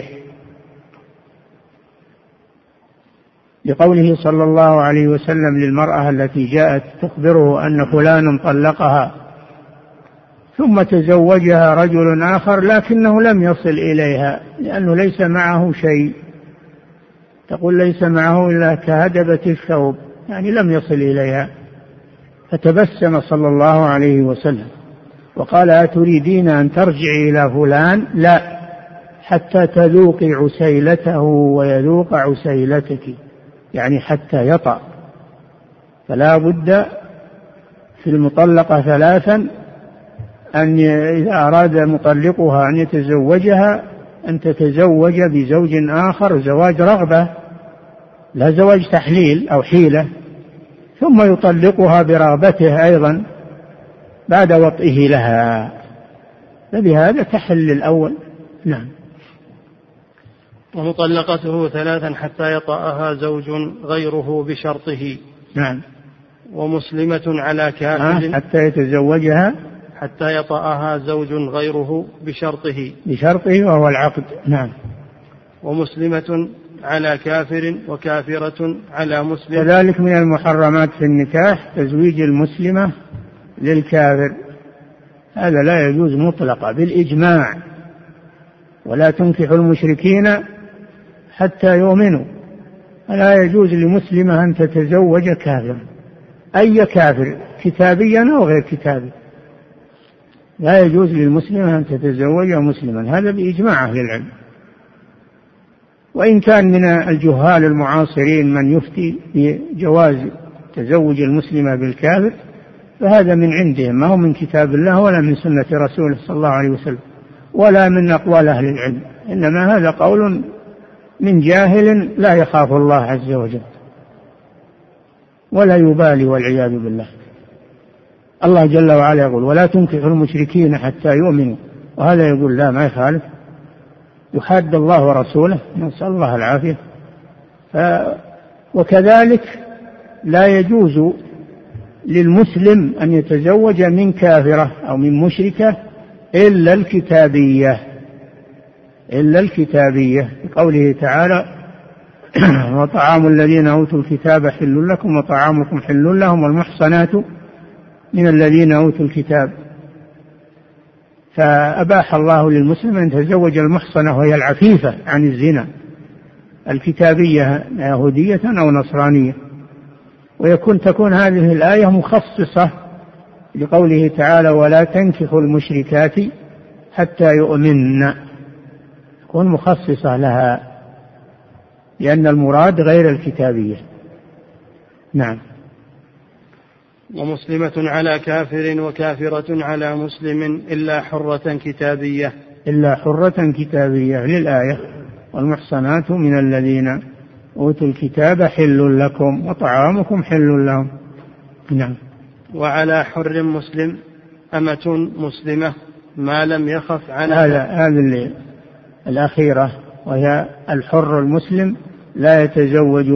لقوله صلى الله عليه وسلم للمرأة التي جاءت تخبره أن فلانا طلقها ثم تزوجها رجل آخر لكنه لم يصل إليها لأنه ليس معه شيء، تقول ليس معه إلا كهدبة الثوب، يعني لم يصل إليها. فتبسم صلى الله عليه وسلم وقال: أتريدين أن ترجعي إلى فلان؟ لا، حتى تذوقي عسيلته ويذوق عسيلتك، يعني حتى يطأ. فلا بد في المطلقة ثلاثا أن إذا أراد مطلقها أن يتزوجها أن تتزوج بزوج آخر زواج رغبة، لا زواج تحليل أو حيلة، ثم يطلقها برغبته أيضا بعد وطئه لها، فبهذا تحل الأول. نعم. ومطلقته ثلاثا حتى يطأها زوج غيره بشرطه. نعم. ومسلمة على كافر حتى يتزوجها، حتى يطأها زوج غيره بشرطه وهو العقد. نعم. ومسلمة على كافر وكافرة على مسلم. كذلك من المحرمات في النكاح تزويج المسلمة للكافر، هذا لا يجوز مطلقا بالإجماع. ولا تنكح المشركين حتى يؤمنوا، لا يجوز لمسلمة أن تتزوج كافر، أي كافر كتابيا أو غير كتابي، لا يجوز للمسلمة أن تتزوج مسلما، هذا بإجماع أهل العلم. وإن كان من الجهال المعاصرين من يفتي بجواز تزوج المسلمة بالكافر فهذا من عندهم، ما هو من كتاب الله ولا من سنة رسوله صلى الله عليه وسلم ولا من أقوال أهل العلم، إنما هذا قول من جاهل لا يخاف الله عز وجل ولا يبالي، والعياذ بالله. الله جل وعلا يقول: ولا تنكحوا المشركين حتى يؤمنوا، وهذا يقول لا، ما يخالف، يحاد الله ورسوله، نسأل الله العافية. وكذلك لا يجوز للمسلم أن يتزوج من كافرة أو من مشركة إلا الكتابية، بقوله تعالى: وطعام الذين أوتوا الكتاب حل لكم وطعامكم حل لهم والمحصنات من الذين أوتوا الكتاب. فأباح الله للمسلم أن يتزوج المحصنة وهي العفيفة عن الزنا الكتابية يهودية أو نصرانية. تكون هذه الآية مخصصة لقوله تعالى: ولا تنكحوا المشركات حتى يؤمن، تكون مخصصة لها لأن المراد غير الكتابية. نعم. ومسلمة على كافر وكافرة على مسلم إلا حرة كتابية للآية: والمحصنات من الذين أوتوا الكتاب حل لكم وطعامكم حل لهم. نعم. وعلى حر مسلم أمة مسلمة ما لم يخف عنها. هذا الأخيرة، وهي الحر المسلم لا يتزوج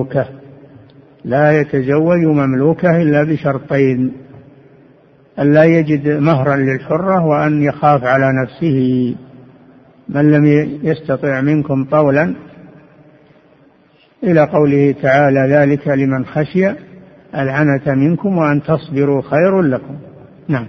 مملوكة إلا بشرطين: أن لا يجد مهرا للحرة، وأن يخاف على نفسه. من لم يستطع منكم طولا، إلى قوله تعالى: ذلك لمن خشي العنة منكم وأن تصبروا خير لكم. نعم.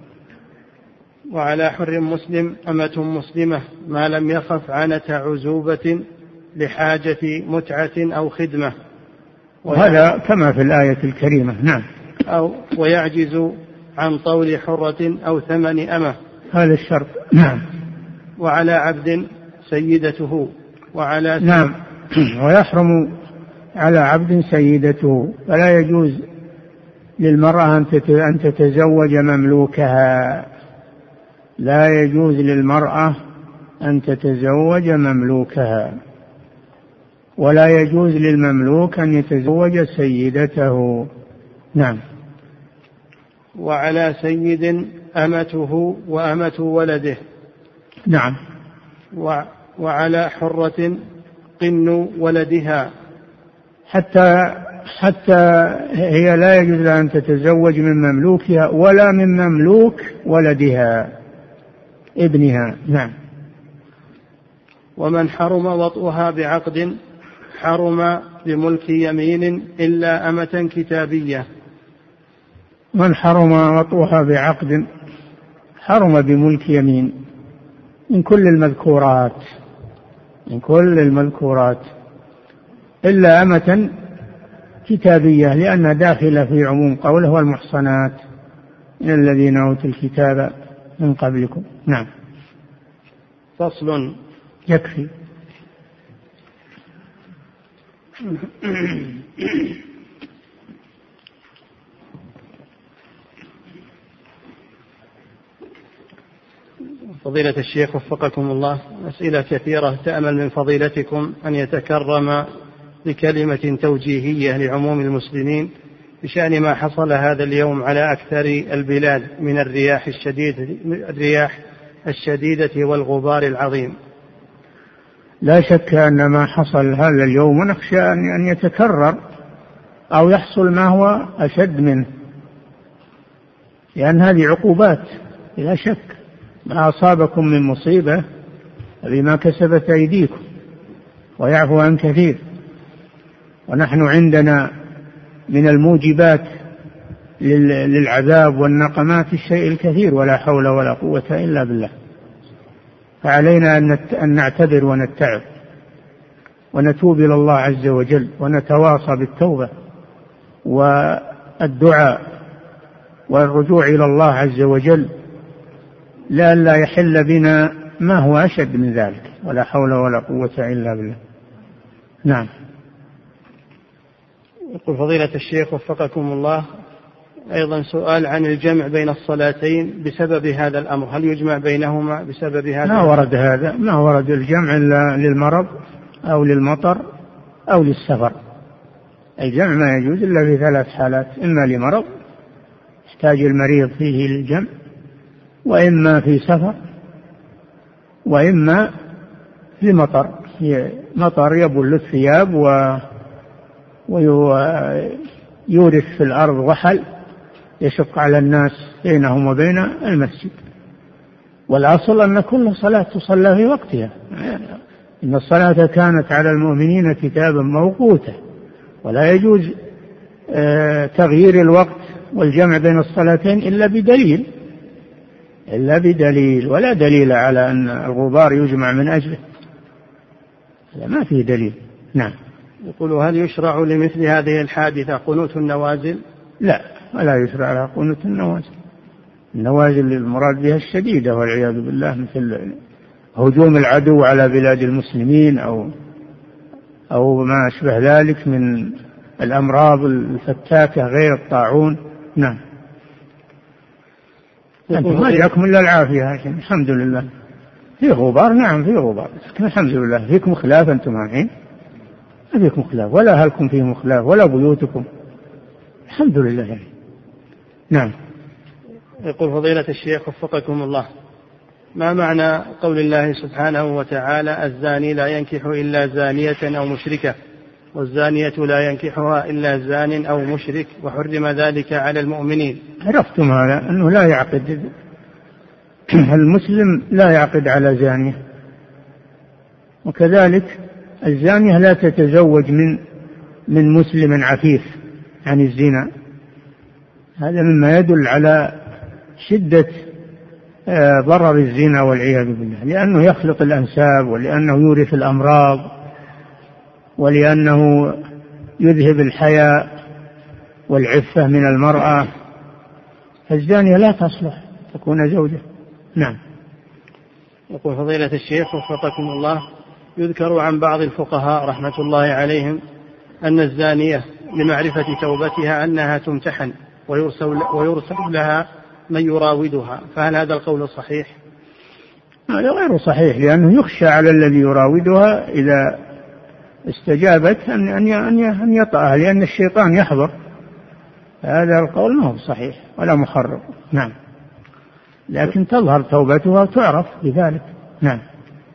وعلى حر مسلم أمة مسلمة ما لم يخف عنة عزوبة لحاجة متعة أو خدمة، وهذا كما في الآية الكريمة. نعم. أو ويعجز عن طول حرة أو ثمن أمة، هذا الشرط. نعم. وعلى عبد سيدته نعم. ويحرم على عبد سيدته، فلا يجوز للمرأة أن تتزوج مملوكها، لا يجوز للمرأة أن تتزوج مملوكها، ولا يجوز للمملوك أن يتزوج سيدته. نعم. وعلى سيد أمته وأمة ولده. نعم. وعلى حرة قن ولدها، حتى حتى هي لا يجوز لها أن تتزوج من مملوكها ولا من مملوك ولدها ابنها. نعم. ومن حرم وطئها بعقد حرم بملك يمين إلا أمة كتابية. من حرم وطئها بعقد حرم بملك يمين من كل المذكورات إلا أمة كتابية، لأنها داخلة في عموم قوله والمحصنات من الذين أوتوا الكتاب من قبلكم. نعم. فصل. يكفي. فضيلة الشيخ وفقكم الله، أسئلة كثيرة تأمل من فضيلتكم أن يتكرم بكلمة توجيهية لعموم المسلمين بشأن ما حصل هذا اليوم على أكثر البلاد من الرياح الشديدة والغبار العظيم. لا شك أن ما حصل هذا اليوم ونخشى أن يتكرر أو يحصل ما هو أشد منه، لأن هذه عقوبات لا شك. ما أصابكم من مصيبة بما كسبت أيديكم ويعفو عن كثير، ونحن عندنا من الموجبات للعذاب والنقمات الشيء الكثير، ولا حول ولا قوة إلا بالله. فعلينا أن نعتذر ونتعظ ونتوب إلى الله عز وجل ونتواصى بالتوبة والدعاء والرجوع إلى الله عز وجل لئلا يحل بنا ما هو أشد من ذلك، ولا حول ولا قوة إلا بالله. نعم. يقول فضيلة الشيخ وفقكم الله أيضا سؤال عن الجمع بين الصلاتين بسبب هذا الأمر، هل يجمع بينهما بسبب هذا؟ ما ورد الجمع إلا للمرض أو للمطر أو للسفر. الجمع ما يجوز إلا في 3 حالات: إما لمرض يحتاج المريض فيه للجمع، وإما في سفر، وإما في مطر يبل الثياب ويورث في الأرض وحل يشق على الناس بينهم وبين المسجد. والأصل أن كل صلاة تصلى في وقتها، إن الصلاة كانت على المؤمنين كتابا موقوتا، ولا يجوز تغيير الوقت والجمع بين الصلاتين إلا بدليل، ولا دليل على أن الغبار يجمع من أجله، ما فيه دليل. نعم. يقول هل يشرع لمثل هذه الحادثة قنوت النوازل؟ لا، ولا يشرع لها قنوت النوازل المراد بها الشديدة والعياذ بالله، مثل هجوم العدو على بلاد المسلمين أو ما أشبه ذلك من الأمراض الفتاكة غير الطاعون. نعم. أنتم ما جاءكم إلا العافية، الحمد لله. في غبار، نعم في غبار، الحمد لله. فيكم خلاف أنتم الحين؟ ما فيكم خلاف، ولا أهلكم فيهم خلاف، ولا بيوتكم، الحمد لله. نعم. يقول فضيلة الشيخ وفقكم الله، ما معنى قول الله سبحانه وتعالى: الزاني لا ينكح إلا زانية أو مشركة، والزانية لا ينكحها إلا زان أو مشرك، وحرم ذلك على المؤمنين؟ عرفتم هذا، أنه لا يعقد المسلم لا يعقد على زانية، وكذلك الزانية لا تتزوج من مسلم عفيف عن الزنا. هذا مما يدل على شدة ضرر الزنا والعياذ بالله، لأنه يخلط الأنساب، ولأنه يورث الأمراض، ولأنه يذهب الحياء والعفة من المرأة. الزانية لا تصلح تكون زوجة. نعم. يقول فضيلة الشيخ وفقكم الله، يذكر عن بعض الفقهاء رحمة الله عليهم أن الزانية لمعرفة توبتها أنها تمتحن ويرسل لها من يراودها، فهل هذا القول صحيح؟ هذا غير صحيح، لأنه يخشى على الذي يراودها إذا استجابت أن يطأها، لأن الشيطان يحضر. هذا القول ما هو صحيح ولا محرر. نعم. لكن تظهر توبتها وتعرف بذلك. نعم.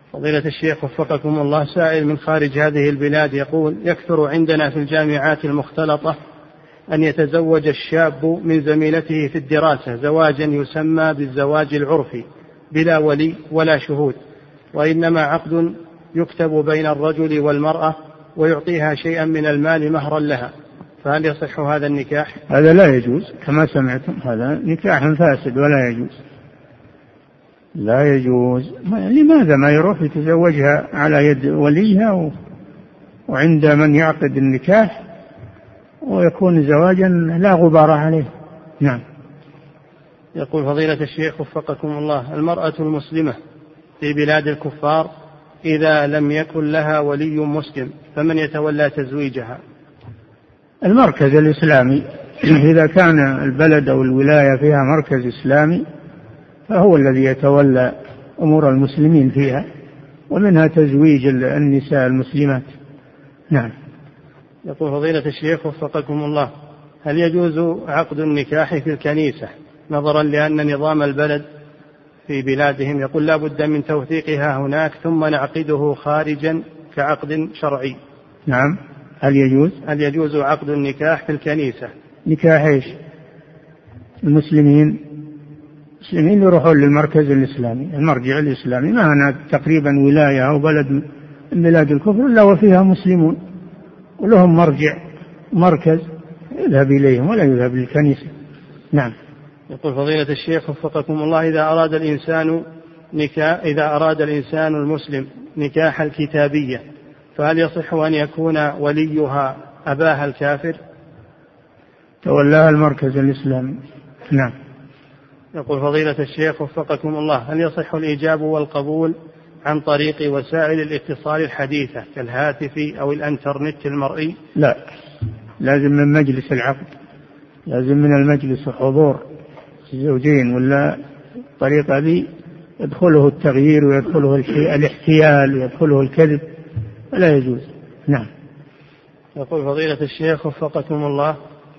فضيلة الشيخ وفقكم الله، سائل من خارج هذه البلاد يقول: يكثر عندنا في الجامعات المختلطة أن يتزوج الشاب من زميلته في الدراسة زواجا يسمى بالزواج العرفي بلا ولي ولا شهود، وإنما عقد يكتب بين الرجل والمرأة ويعطيها شيئا من المال مهرا لها، فهل يصح هذا النكاح؟ هذا لا يجوز كما سمعتم، هذا نكاح فاسد ولا يجوز، لا يجوز. لماذا ما يروح يتزوجها على يد وليها وعند من يعقد النكاح ويكون زواجا لا غبار عليه؟ نعم. يقول فضيلة الشيخ وفقكم الله: المرأة المسلمة في بلاد الكفار إذا لم يكن لها ولي مسلم فمن يتولى تزويجها؟ المركز الإسلامي، إذا كان البلد أو الولاية فيها مركز إسلامي فهو الذي يتولى أمور المسلمين فيها، ومنها تزويج النساء المسلمات. نعم. يقول فضيلة الشيخ وفقكم الله: هل يجوز عقد النكاح في الكنيسة نظرا لأن نظام البلد في بلادهم يقول لا بد من توثيقها هناك ثم نعقده خارجا كعقد شرعي؟ نعم. هل يجوز عقد النكاح في الكنيسة؟ نكاح ايش؟ المسلمين يروحون للمركز الإسلامي، المرجع الإسلامي، ما هنا تقريبا ولاية أو بلد من بلاد الكفر إلا وفيها مسلمون ولهم مركز يذهب إليهم ولا يذهب للكنيسة. نعم. يقول فضيلة الشيخ وفقكم الله: إذا أراد الإنسان المسلم نكاح الكتابية فهل يصح أن يكون وليها أباها الكافر؟ تولاها المركز الإسلامي. نعم. يقول فضيلة الشيخ وفقكم الله: هل يصح الإيجاب والقبول عن طريق وسائل الاتصال الحديثة كالهاتف أو الإنترنت المرئي؟ لا، لازم من مجلس العقد، لازم من المجلس حضور الزوجين، ولا الطريقة ذي يدخله التغيير ويدخله الاحتيال ويدخله الكذب، فلا يجوز. نعم. يقول فضيلة الشيخ وفقكم الله: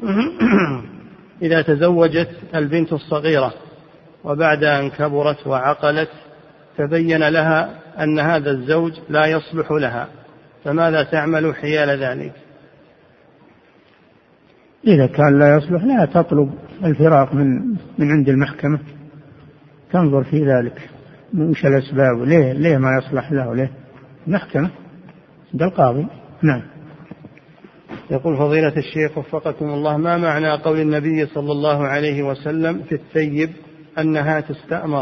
إذا تزوجت البنت الصغيرة وبعد أن كبرت وعقلت تبين لها أن هذا الزوج لا يصلح لها، فماذا تعمل حيال ذلك؟ إذا كان لا يصلح لا تطلب الفراق من عند المحكمة، تنظر في ذلك وش الأسباب، ليه ما يصلح له، ليه المحكمة عند القاضي. نعم. يقول فضيلة الشيخ وفقكم الله: ما معنى قول النبي صلى الله عليه وسلم في الثيب أنها تستأمر؟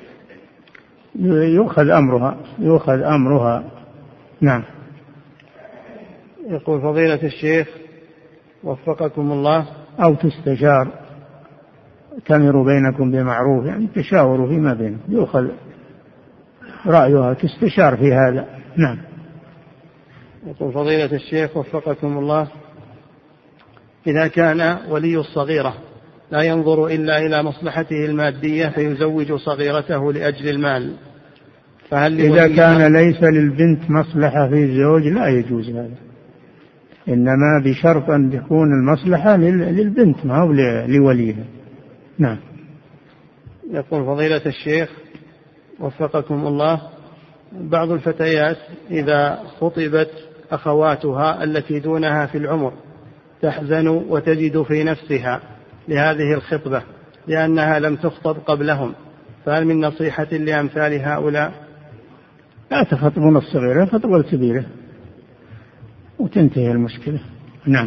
يؤخذ أمرها. نعم. يقول فضيلة الشيخ وفقكم الله: أو تستشار، تمر بينكم بمعروف، يعني تشاوروا فيما بينكم، يؤخذ رأيها، تستشار في هذا. نعم. يقول فضيلة الشيخ وفقكم الله: إذا كان ولي الصغيرة لا ينظر إلا إلى مصلحته المادية فيزوج صغيرته لأجل المال، فهل إذا كان ليس للبنت مصلحة في الزوج لا يجوز هذا، إنما بشرط أن تكون المصلحة للبنت ما هو لوليها. نعم. يقول فضيلة الشيخ وفقكم الله: بعض الفتيات إذا خطبت أخواتها التي دونها في العمر تحزن وتجد في نفسها لهذه الخطبة لأنها لم تخطب قبلهم، فهل من نصيحة لأمثال هؤلاء؟ لا تخطبون الصغيرة، خطبوا الكبيرة وتنتهي المشكلة. نعم.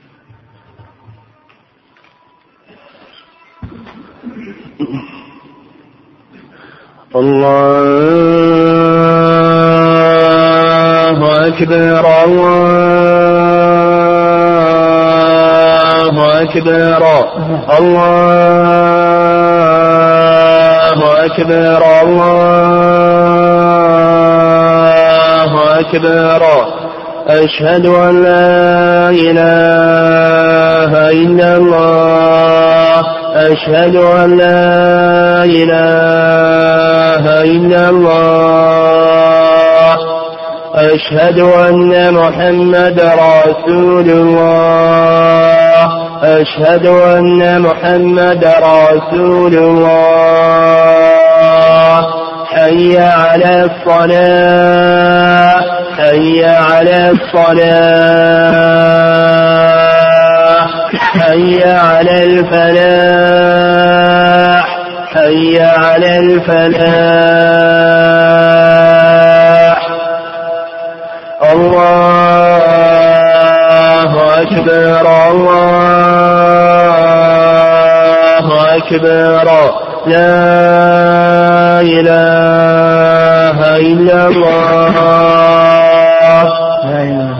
الله أكبر الله أكبر الله أكبر الله أكبر. أشهد أن لا إله إلا الله أشهد أن لا إله إلا الله أشهد أن محمد رسول الله أشهد أن محمد رسول الله. حي على الصلاة حي على الصلاة حي على الفلاح حي على الفلاح. الله أكبر الله أكبر لا إله إلا الله لا إله إلا الله.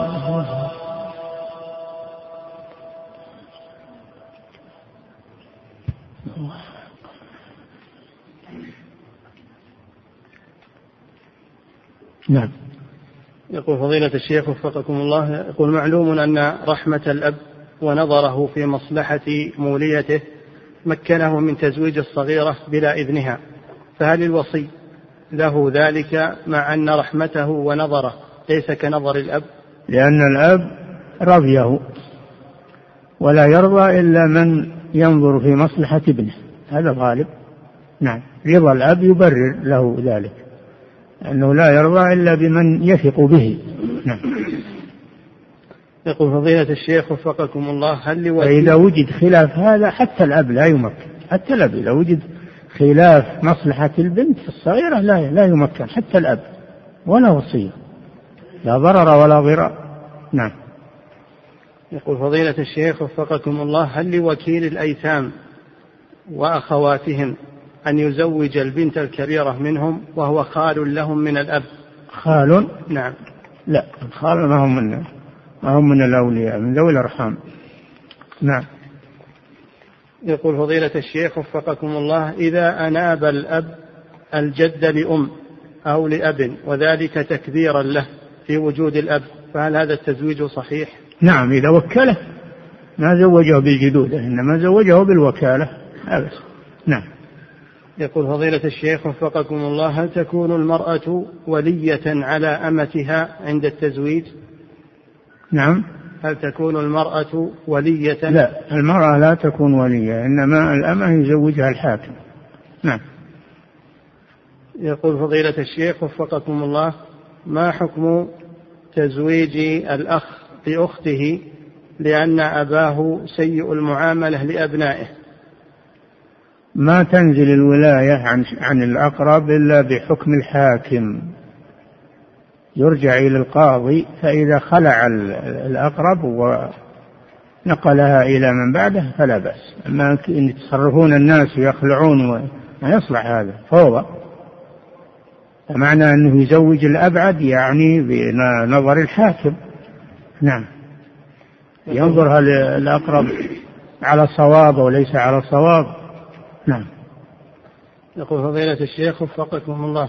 نعم. يقول فضيلة الشيخ وفقكم الله، يقول معلوم أن رحمة الأب ونظره في مصلحة موليته مكنه من تزويج الصغيرة بلا إذنها، فهل الوصي له ذلك مع أن رحمته ونظره ليس كنظر الأب؟ لأن الأب رضيه ولا يرضى إلا من ينظر في مصلحة ابنه، هذا غالب. نعم، رضا الأب يبرر له ذلك، أنه لا يرضى إلا بمن يثق به. نعم. يقول فضيلة الشيخ وفقكم الله، هل فإذا وجد خلاف هذا حتى الأب لا يمكن، حتى الأب إذا وجد خلاف مصلحة البنت الصغيرة لا يمكن حتى الأب، ولا وصية، لا ضرر ولا ضرار. نعم. يقول فضيلة الشيخ وفقكم الله، هل لوكيل الأيتام وأخواتهم أن يزوج البنت الكبيرة منهم وهو خال لهم من الأب؟ خال؟ نعم. لا، الخال ما هم من الأولياء، من ذوي الأرحام. نعم. يقول فضيلة الشيخ وفقكم الله، إذا أناب الأب الجد لأم أو لأب وذلك تكبيرا له في وجود الأب، فهل هذا التزويج صحيح؟ نعم، إذا وكله، ما زوجه بالجدود، إنما زوجه بالوكالة. بس. نعم. يقول فضيلة الشيخ وفقكم الله، هل تكون المرأة ولية على أمتها عند التزويج؟ نعم. هل تكون المرأة ولية؟ لا، المرأة لا تكون ولية، إنما الأمة يزوجها الحاكم. نعم. يقول فضيلة الشيخ وفقكم الله، ما حكم تزويج الأخ بأخته لأن أباه سيء المعاملة لأبنائه؟ ما تنزل الولاية عن الأقرب إلا بحكم الحاكم، يرجع إلى القاضي، فإذا خلع الأقرب ونقلها إلى من بعده فلا بأس. أما إن يتصرفون الناس ويخلعون ما يصلح، هذا فوضى. فمعنى أنه يزوج الأبعد يعني بنظر الحاكم. نعم، ينظر هل الأقرب على صواب وليس على صواب. نعم. يقول فضيلة الشيخ وفقكم الله،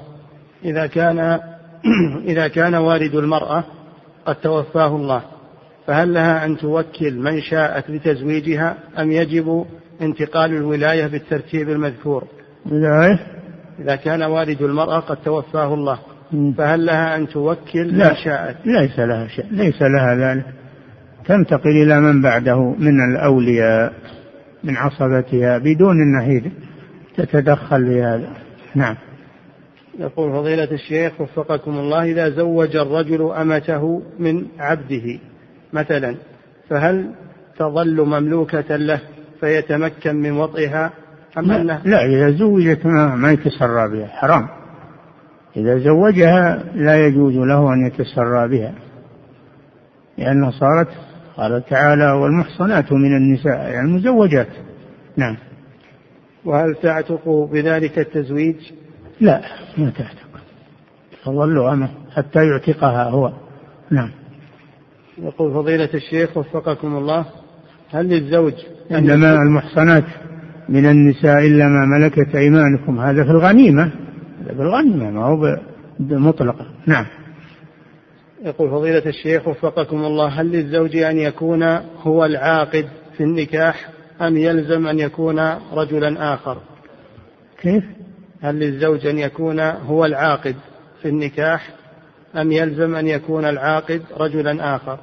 إذا كان والد المرأة قد توفاه الله، فهل لها أن توكل من شاءت لتزويجها أم يجب انتقال الولاية بالترتيب المذكور؟ إذا كان والد المرأة قد توفاه الله، فهل لها أن توكل من شاءت؟ ليس لها شيء، ليس لها ذلك، تنتقل إلى من بعده من الأولياء من عصبتها بدون النهيد تتدخل بهذا. نعم. يقول فضيلة الشيخ وفقكم الله، إذا زوج الرجل أمته من عبده مثلا، فهل تظل مملوكة له فيتمكن من وطئها أم أنه؟ لا، إذا زوجت ما يتسرى بها، حرام. إذا زوجها لا يجوز له أن يتسرى بها، لأنها صارت، قال تعالى والمحصنات من النساء، يعني المزوجات. نعم. وهل تعتق بذلك التزويج؟ لا، ما تعتق، تظل أمه حتى يعتقها هو. نعم. يقول فضيلة الشيخ وفقكم الله، هل للزوج إنما المحصنات من النساء إلا ما ملكت أيمانكم، هذا في الغنيمة، هذا في الغنيمة ما هو مطلقة. نعم. يقول فضيلة الشيخ وفقكم الله، هل للزوج أن يكون هو العاقد في النكاح أم يلزم أن يكون رجلا آخر؟ كيف؟ هل للزوج أن يكون هو العاقد في النكاح أم يلزم أن يكون العاقد رجلا آخر؟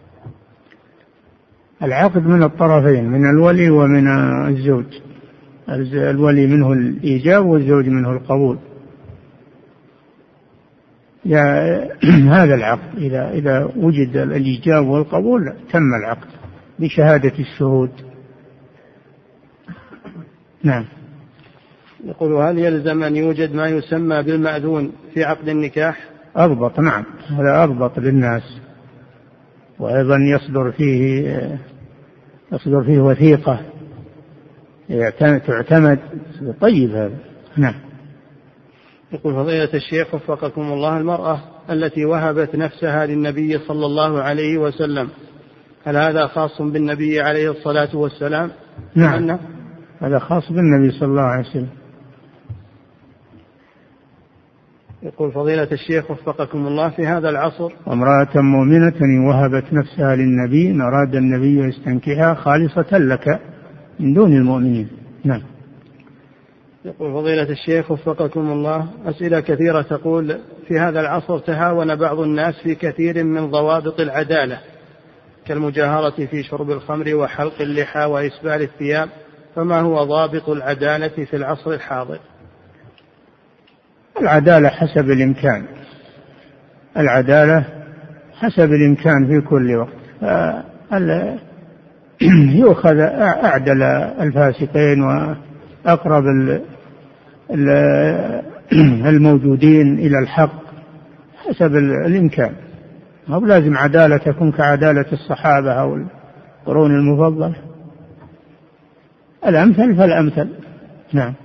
العاقد من الطرفين، من الولي ومن الزوج، الولي منه الإيجاب والزوج منه القبول. هذا العقد إذا وجد الإيجاب والقبول تم العقد بشهادة الشهود. نعم. يقول هل يلزم أن يوجد ما يسمى بالمأذون في عقد النكاح؟ أضبط. نعم، هذا أضبط للناس، وأيضا يصدر فيه وثيقة تعتمد. طيب هذا. نعم. يقول فضيلة الشيخ وفقكم الله، المرأة التي وهبت نفسها للنبي صلى الله عليه وسلم هل هذا خاص بالنبي عليه الصلاة والسلام؟ نعم، هذا خاص بالنبي صلى الله عليه وسلم. يقول فضيلة الشيخ وفقكم الله، في هذا العصر امرأة مؤمنة وهبت نفسها للنبي إن أراد النبي يستنكحها خالصة لك من دون المؤمنين. نعم. يقول فضيلة الشيخ وفقكم الله، أسئلة كثيرة تقول في هذا العصر تهاون بعض الناس في كثير من ضوابط العدالة كالمجاهرة في شرب الخمر وحلق اللحى وإسبال الثياب، فما هو ضابط العدالة في العصر الحاضر؟ العدالة حسب الإمكان، العدالة حسب الإمكان في كل وقت. يؤخذ أعدل الفاسقين وأقرب الموجودين إلى الحق حسب الإمكان. هو لازم عدالة تكون كعدالة الصحابة أو القرون المفضلة، الأمثل فالأمثل. نعم.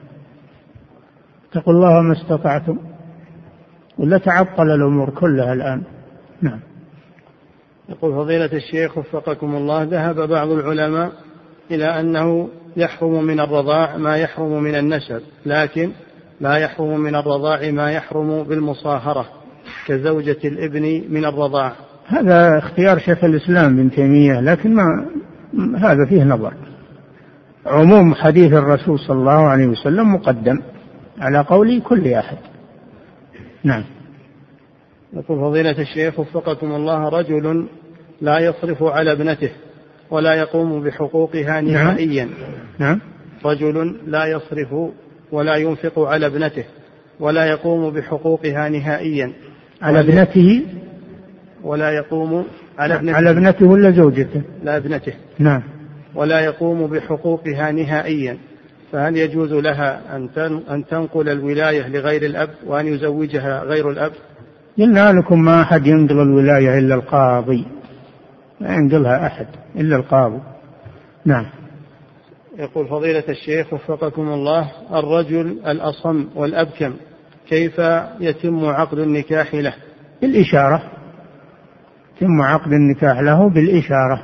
اتقوا الله ما استطعتم، ولا تعطل الأمور كلها الآن. نعم. يقول فضيلة الشيخ وفقكم الله، ذهب بعض العلماء إلى أنه يحرم من الرضاع ما يحرم من النسب، لكن لا يحرم من الرضاع ما يحرم بالمصاهرة كزوجة الابن من الرضاع. هذا اختيار شيخ الإسلام ابن تيمية، لكن هذا فيه نظر. عموم حديث الرسول صلى الله عليه وسلم مقدم على قول كل أحد. نعم. يقول فضيلة الشيخ وفقكم الله، رجل لا يصرف على ابنته ولا يقوم بحقوقها نهائيا. نعم. رجل لا يصرف ولا ينفق على ابنته ولا يقوم بحقوقها نهائيا. على ابنته ولا يقوم على ابنته ولا زوجته؟ لا، ابنته. نعم. ولا يقوم بحقوقها نهائيا، فهل يجوز لها أن تنقل الولاية لغير الأب وأن يزوجها غير الأب؟ قلنا لكم ما أحد ينقل الولاية إلا القاضي، لا ينقلها أحد إلا القاضي. نعم. يقول فضيلة الشيخ وفقكم الله، الرجل الأصم والأبكم كيف يتم عقد النكاح له؟ بالإشارة، يتم عقد النكاح له بالإشارة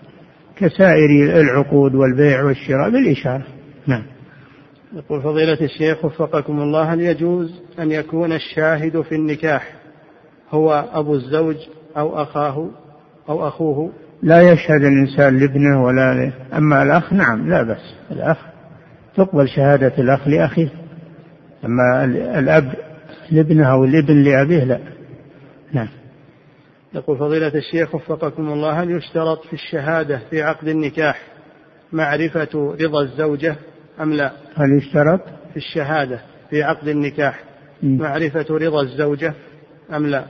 كسائر العقود والبيع والشراء بالإشارة. نعم. يقول فضيلة الشيخ وفقكم الله، هل يجوز أن يكون الشاهد في النكاح هو أبو الزوج أو أخاه أو أخوه؟ لا يشهد الإنسان لابنه ولا أما الأخ نعم لا بأس، الأخ تقبل شهادة الأخ لأخيه، أما الأب لابنه أو الابن لأبيه لا. نعم. يقول فضيلة الشيخ وفقكم الله، هل يشترط في الشهادة في عقد النكاح معرفة رضا الزوجة أم لا؟ هل يشترط في الشهادة في عقد النكاح معرفة رضا الزوجة أم لا؟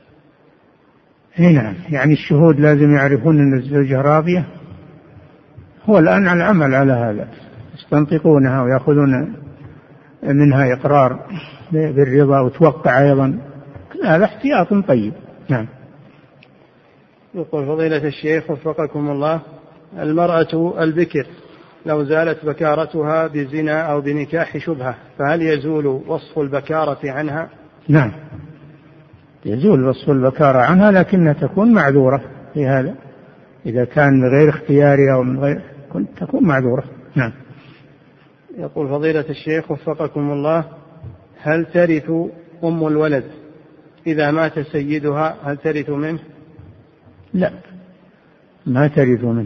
نعم، يعني الشهود لازم يعرفون أن الزوجة راضية. هو الآن على العمل على هذا، يستنطقونها ويأخذون منها إقرار بالرضا وتوقع أيضا، هذا احتياط طيب. نعم. يقول فضيلة الشيخ وفقكم الله، المرأة البكر لو زالت بكارتها بزنا أو بنكاح شبهة فهل يزول وصف البكارة عنها؟ نعم، يزول وصف البكارة عنها، لكنها تكون معذورة في هذا، إذا كان من غير اختيارها أو من غير تكون معذورة. نعم. يقول فضيلة الشيخ وفقكم الله، هل ترث أم الولد إذا مات سيدها؟ هل ترث منه؟ لا، ما ترث منه،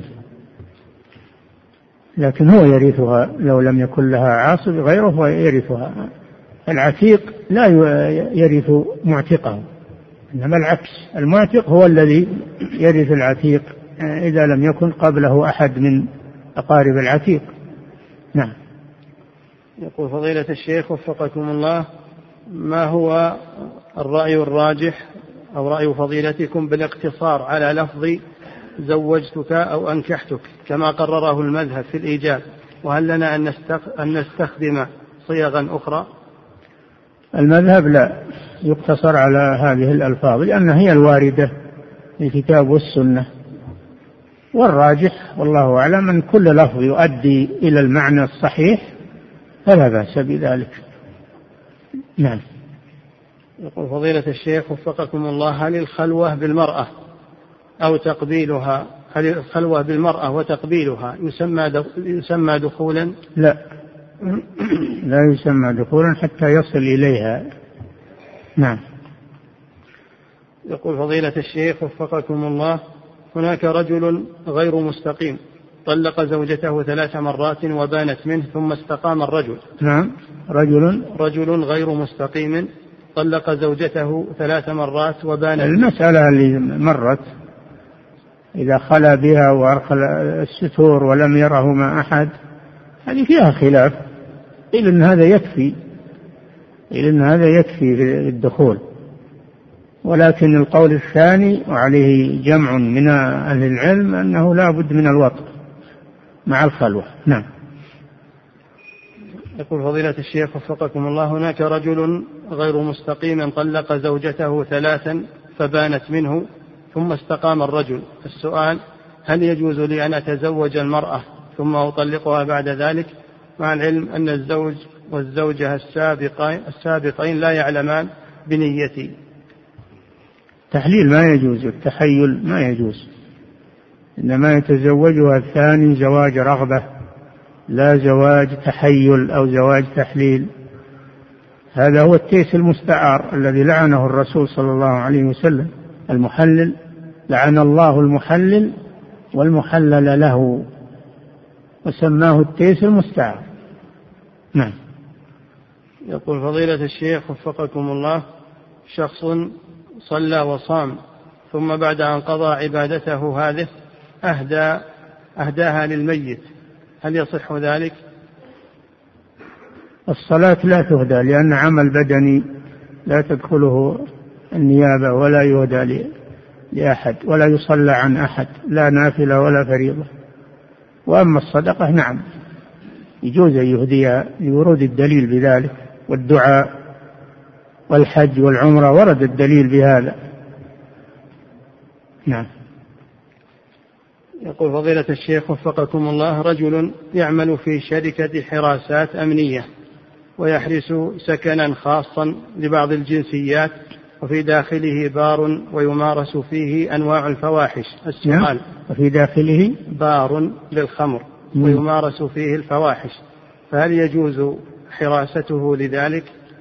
لكن هو يرثها لو لم يكن لها عاصب غيره هو يرثها. العتيق لا يرث معتقه، إنما العكس، المعتق هو الذي يرث العتيق إذا لم يكن قبله أحد من أقارب العتيق. نعم. يقول فضيلة الشيخ وفقكم الله، ما هو الرأي الراجح أو رأي فضيلتكم بالاقتصار على لفظ زوجتك أو أنكحتك كما قرره المذهب في الإيجاب، وهل لنا أن نستخدم صيغا أخرى؟ المذهب لا يقتصر على هذه الألفاظ لأنها هي الواردة في الكتاب والسنة، والراجح والله أعلم أن كل لفظ يؤدي إلى المعنى الصحيح فلا بأس بذلك. نعم. يقول فضيلة الشيخ وفقكم الله، هل الخلوة بالمرأة أو تقبيلها، هل الخلوة بالمرأة وتقبيلها يسمى دخولا؟ لا لا يسمى دخولا حتى يصل إليها. نعم. يقول فضيلة الشيخ وفقكم الله، هناك رجل غير مستقيم طلق زوجته 3 مرات وبانت منه ثم استقام الرجل. نعم. رجل غير مستقيم طلق زوجته 3 مرات وبانت. المسألة اللي مرت إذا خلا بها وأرخل الستور ولم يره مع أحد هذه فيها خلاف، إلا أن هذا يكفي في الدخول، ولكن القول الثاني وعليه جمع من أهل العلم أنه لا بد من الوطء مع الخلوة. نعم. يقول فضيلة الشيخ وفقكم الله، هناك رجل غير مستقيم طلق زوجته 3 فبانت منه ثم استقام الرجل. السؤال: هل يجوز لي أن أتزوج المرأة ثم أطلقها بعد ذلك، مع العلم أن الزوج والزوجة السابقين لا يعلمان بنيتي؟ تحليل ما يجوز، التحيل ما يجوز، إنما يتزوجها الثاني زواج رغبة لا زواج تحيل أو زواج تحليل. هذا هو التيس المستعار الذي لعنه الرسول صلى الله عليه وسلم، المحلل، لعن الله المحلل والمحلل له، وسماه التيس المستعار. نعم. يقول فضيلة الشيخ وفقكم الله، شخص صلى وصام ثم بعد أن قضى عبادته هذه أهداها للميت، هل يصح ذلك؟ الصلاة لا تهدى لأن عمل بدني لا تدخله النيابة ولا يهدى لأحد ولا يصلى عن أحد، لا نافلة ولا فريضة. وأما الصدقة نعم يجوز أن يهديها لورود الدليل بذلك، والدعاء والحج والعمرة ورد الدليل بهذا. نعم. يقول فضيلة الشيخ وفقكم الله، رجل يعمل في شركة حراسات أمنية ويحرس سكنا خاصا لبعض الجنسيات وفي داخله بار ويمارس فيه أنواع الفواحش. السؤال: وفي داخله بار للخمر ويمارس فيه الفواحش، فهل يجوز حراسته لذلك؟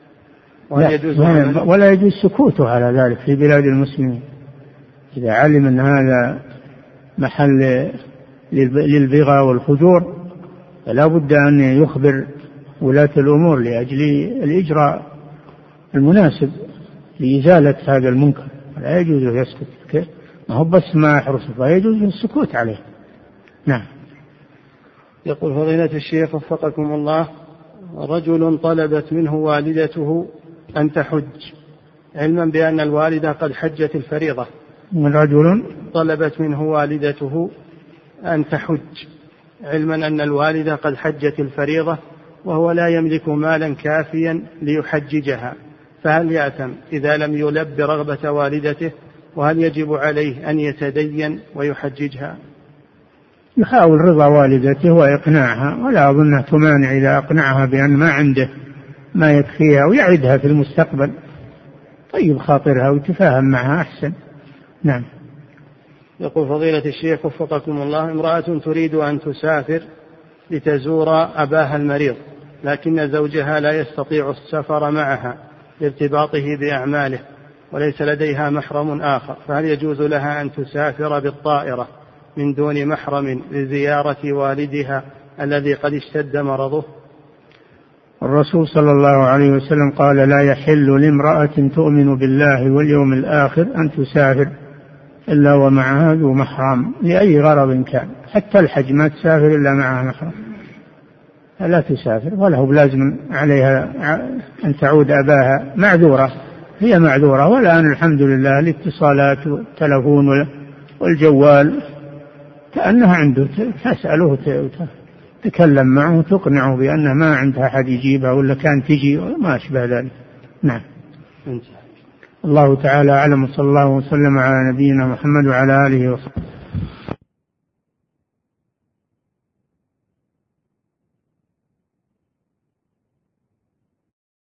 ولا يجوز سكوته على ذلك في بلاد المسلمين. إذا علم أن هذا محل للبغى والفجور فلا بد أن يخبر ولاة الأمور لأجل الإجراء المناسب لإزالة هذا المنكر. لا يجوز يسكت، ما هو بس ما يحرصه، فيجوز السكوت عليه. نعم. يقول فضيلة الشيخ وفقكم الله، رجل طلبت منه والدته أن تحج علما بأن الوالدة قد حجت الفريضة. رجل طلبت منه والدته أن تحج علما أن الوالدة قد حجت الفريضة وهو لا يملك مالا كافيا ليحججها، فهل يأثم إذا لم يلب رغبة والدته؟ وهل يجب عليه أن يتدين ويحججها؟ يحاول رضا والدته وإقناعها، ولا أظنها تمانع إذا أقنعها بأن ما عنده ما يكفيها، ويعدها في المستقبل. طيب خاطرها ويتفاهم معها أحسن. نعم. يقول فضيلة الشيخ وفقكم الله، امرأة تريد أن تسافر لتزور أباها المريض لكن زوجها لا يستطيع السفر معها لارتباطه بأعماله وليس لديها محرم آخر، فهل يجوز لها أن تسافر بالطائرة من دون محرم لزيارة والدها الذي قد اشتد مرضه؟ الرسول صلى الله عليه وسلم قال: لا يحل لامرأة تؤمن بالله واليوم الآخر أن تسافر إلا ومعها ذو محرم لأي غرض كان. حتى الحج ما تسافر إلا معها محرم، لا تسافر، وله بلازم عليها أن تعود أباها معذورة هي معذورة. والآن الحمد لله الاتصالات والتلفون والجوال كأنها عنده، تسأله تتكلم معه تقنعه بأنه ما عندها أحد يجيبها ولا كان تجي وما أشبه ذلك. نعم. الله تعالى أعلم، صلى الله وسلم على نبينا محمد وعلى آله وصحبه.